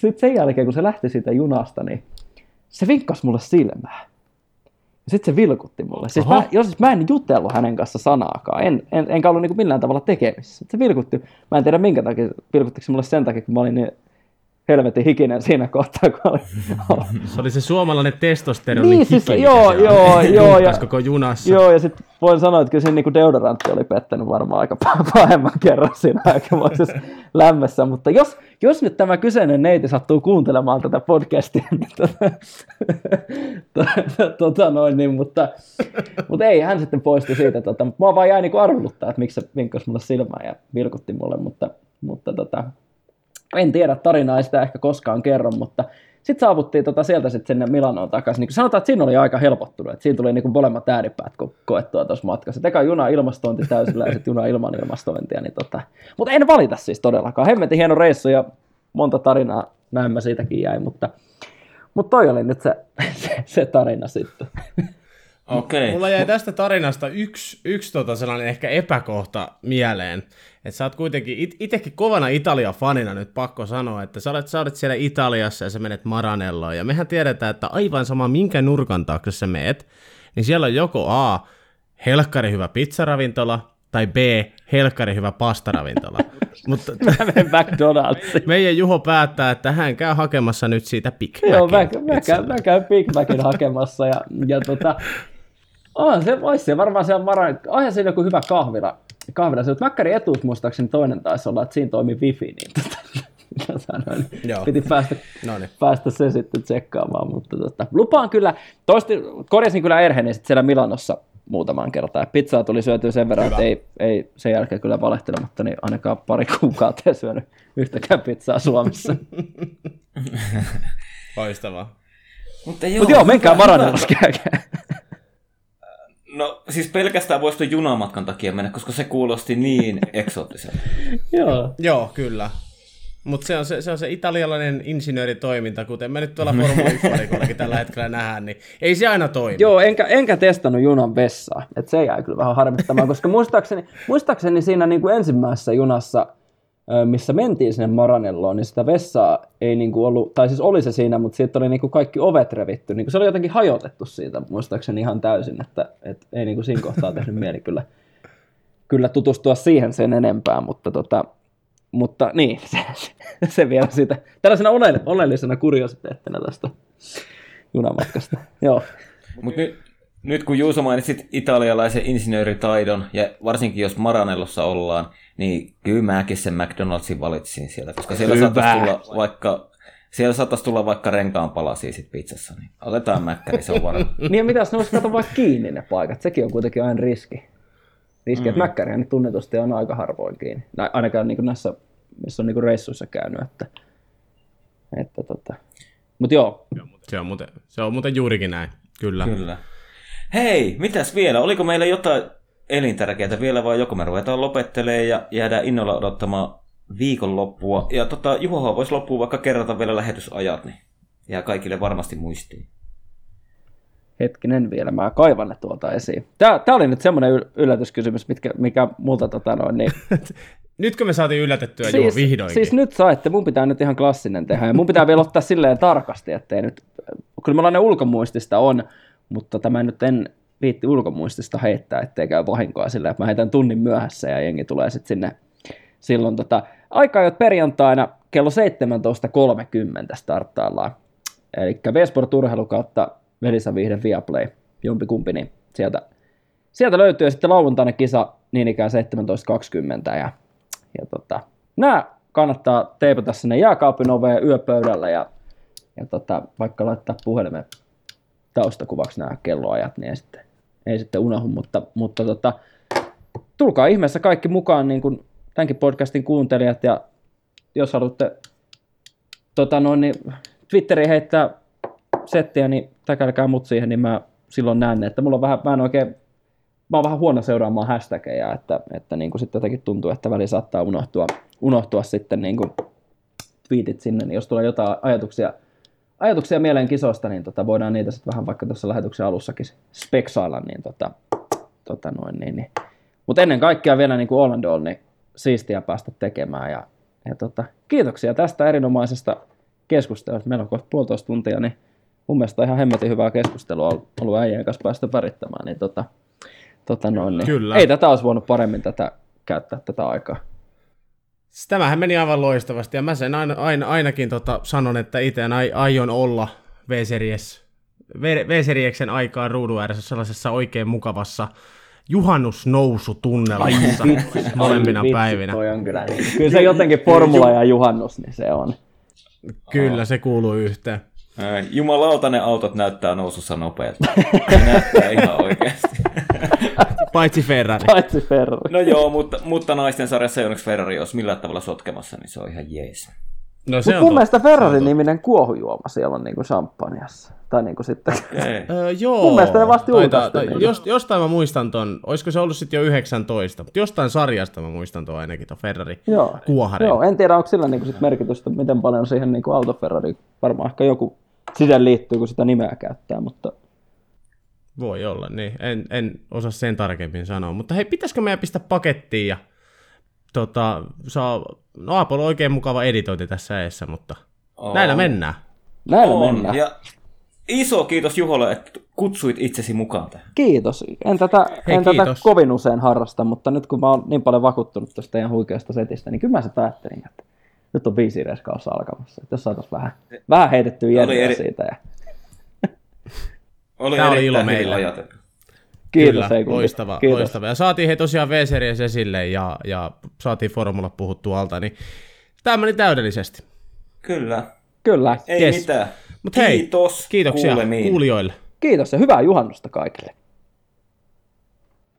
sitten sen jälkeen, kun se lähti siitä junasta, niin se vinkkasi mulle silmää. Ja sitten se vilkutti mulle. Siis mä en jutellut hänen kanssa sanaakaan. Enkä ollut niin millään tavalla tekemisissä. Se vilkutti. Mä en tiedä minkä takia. Vilkuttiko se mulle sen takia, kun mä olin niin helvetin hikinen siinä kohtaa, kun oli. Se oli se suomalainen testosteroni niin, hiki, siis, joo, ja koko junassa. Joo, ja sitten voin sanoa, että kyllä siinä niinku deodorantti oli pettänyt varmaan aika pahemman kerran siinä aikamoisessa lämmössä, mutta jos nyt tämä kyseinen neiti sattuu kuuntelemaan tätä podcastia, niin mutta ei, hän sitten poistui siitä, mä vaan jäin niinku arveluttaa, että miksi se vinkkasi mulle silmään ja vilkutti mulle, mutta en tiedä, tarinaa ei sitä ehkä koskaan kerro, mutta sitten saavuttiin sieltä sitten sinne Milanoon takaisin. Niin sanotaan, että siinä oli aika helpottunut, että siinä tuli niin molemmat ääripäät koettua tuossa matkassa. Eka juna ilmastointi täysillä ja sitten juna ilman ilmastointia. Niin Mutta en valita siis todellakaan. Hemmetin hieno reissu ja monta tarinaa näin mä siitäkin jäin, mutta toi oli nyt se tarina sitten. Okay. Mulla jäi tästä tarinasta yksi sellainen ehkä epäkohta mieleen. Että sä oot kuitenkin itsekin kovana Italia-fanina nyt pakko sanoa, että sä olet siellä Italiassa ja sä menet Maranelloon. Ja mehän tiedetään, että aivan sama minkä nurkan taakse sä meet, niin siellä on joko A, helkkari hyvä pizzaravintola, tai B, helkkari hyvä pastaravintola. Mutta meidän Juho päättää, että hän käy hakemassa nyt siitä Big Macin. Joo, mä käyn Big Macin hakemassa ja se varmaan se on aina siinä joku hyvä kahvila. Se Mäkkärin etuus muistaakseni toinen taisi olla, että siinä toimi wifi, niin piti päästä se sitten tsekkaamaan, mutta lupaan kyllä, korjasin kyllä erheeni sitten siellä Milanossa muutaman kertaa. Pizzaa tuli syötyä sen verran, että ei sen jälkeen kyllä valehtelematta, niin ainakaan pari kuukautta ei syönyt yhtäkään pizzaa Suomessa. Loistavaa. Mutta joo, menkää Maranellossa käykää. No siis pelkästään voisi tuon junamatkan takia mennä, koska se kuulosti niin eksoottiselta. Joo, kyllä. Mutta se on se italialainen insinööritoiminta, kuten me nyt tuolla Formula 1-varikollakin tällä hetkellä nähdään, niin ei se aina toimi. Joo, enkä testannut junan vessaa, että se jäi kyllä vähän harmittamaan, koska muistaakseni siinä niin kuin ensimmäisessä junassa, missä mentiin sinne Maranelloon, niin sitä vessaa ei niin kuin ollut, tai siis oli se siinä, mutta siitä oli niin kuin kaikki ovet revitty, niin kuin se oli jotenkin hajotettu siitä, muistaakseni ihan täysin, että ei niin kuin siinä kohtaa tehnyt mieli kyllä tutustua siihen sen enempää, mutta niin, se vielä siitä, tällaisena onnellisena kuriositeettina tästä junamatkasta, joo. Mutta nyt kun Juuso mainitsit italialaisen insinööritaidon, ja varsinkin jos Maranellossa ollaan, niin kyllä mäkin sen McDonald'sin valitsin sieltä, koska siellä saattaisi tulla vaikka renkaan palasia sit pizzassa, niin otetaan Mäkkäri, se on varma. Niin ja mitäs ne olisi kato vaikka kiinni ne paikat, sekin on kuitenkin aina riski, että Mäkkärihän nyt tunnetusti on aika harvoin kiinni, ainakaan niin näissä, missä on niin reissuissa käynyt, mutta joo. Se on muuten juurikin näin, kyllä. Hei, mitäs vielä? Oliko meillä jotain elintärkeää vielä vai joko me ruvetaan lopettelemaan ja jäädään innolla odottamaan viikonloppua. Ja Juhohan voisi loppuun vaikka kerrata vielä lähetysajat, niin jää kaikille varmasti muistiin. Hetkinen vielä, mä kaivan ne tuolta esiin. Tää oli nyt semmoinen yllätyskysymys, mikä multa niin... Nytkö me saatiin yllätettyä Juho vihdoinkin? Siis nyt saitte, mun pitää nyt ihan klassinen tehdä, ja mun pitää vielä ottaa silleen tarkasti, ettei nyt... Kyllä mulla ne ulkomuistista on, mutta tämä nyt en viitti ulkomuistista heittää, ettei käy vahinkoa sillä, että mä heitän tunnin myöhässä ja jengi tulee sitten sinne silloin aika-ajot perjantaina kello 17.30 starttaillaan. Eli V-Sport Urheilu kautta Velisaviihden Viaplay, jompikumpi, niin sieltä löytyy sitten lauantaina kisa niin ikään 17.20 ja nämä kannattaa teipata sinne jääkaapin oveen yöpöydällä ja vaikka laittaa puhelimen taustakuvaksi nämä kelloajat, niin ei sitten unohdu, mutta tulkaa ihmeessä kaikki mukaan niin kuin tämänkin podcastin kuuntelijat, ja jos haluatte niin Twitteriin heittää settiä, niin täkäilkää mut siihen, niin mä silloin näen, että mulla on vähän, mä oon vähän huono seuraamaan hashtageja, että niin kuin sitten jotenkin tuntuu, että väliin saattaa unohtua sitten niin kuin tweetit sinne, niin jos tulee jotain ajatuksia mieleen kisosta, niin voidaan niitä sitten vähän vaikka tuossa lähetyksen alussakin speksailla, niin. Mutta ennen kaikkea vielä niin kuin all and all, niin siistiä päästä tekemään, ja kiitoksia tästä erinomaisesta keskustella. Meillä on kohta 1,5 tuntia, niin mun mielestä on ihan hemmetin hyvää keskustelua ollut äijien kanssa päästä värittämään. Niin niin Kyllä. ei tätä olisi voinut paremmin käyttää tätä aikaa. Tämähän meni aivan loistavasti, ja mä sen ainakin sanon, että itse aion olla V-serieksen aikaan ruudun ääressä sellaisessa oikein mukavassa juhannusnousutunnelmassa molemmina päivinä. Kyllä se jotenkin formula ja juhannus, niin se on. Kyllä, se kuuluu yhteen. Jumalauta, ne autot näyttää nousussa nopeasti. Ne näyttää ihan oikeasti. Paitsi Ferrari. No joo, mutta naisten sarjassa ei onneksi Ferrari, jos millään tavalla sotkemassa, niin se on ihan jees. No, se on mun mielestä Ferrari-niminen kuohujuoma siellä on niinku champanjassa. Tai niinku sitten. Joo. Mun mielestä ne vasti julkaistiin. Jostain mä muistan ton, olisiko se ollut sitten jo 19, mutta jostain sarjasta mä muistan ton ainakin, ton Ferrari kuohari. Joo, en tiedä onko sillä niinku sit merkitystä, miten paljon siihen niinku autoferrari, varmaan ehkä joku siihen liittyy, kun sitä nimeä käyttää, mutta... Voi olla, niin. En osaa sen tarkemmin sanoa, mutta hei, pitäisikö meidän pistää pakettiin ja Apple on oikein mukava editointi tässä eessä, mutta näillä mennään. Mennään. Ja iso kiitos Juholle, että kutsuit itsesi mukaan tähän. Kiitos. En tätä kovin usein harrasta, mutta nyt kun mä oon niin paljon vakuuttunut tuosta teidän huikeasta setistä, niin kyllä mä se päättelin, että nyt on 5 reiskaussa alkamassa. Että jos saataisiin vähän heitettyä jälkeä siitä. Ja... Tämä oli ilo meille. Kiitos, kyllä, loistava. Ja saatiin tosiaan V-series esille ja saatiin formula puhuttua alta, niin tämä meni täydellisesti. Kyllä. Ei mitään. Mut hei, kiitoksia kuulijoille. Kiitos ja hyvää juhannusta kaikille.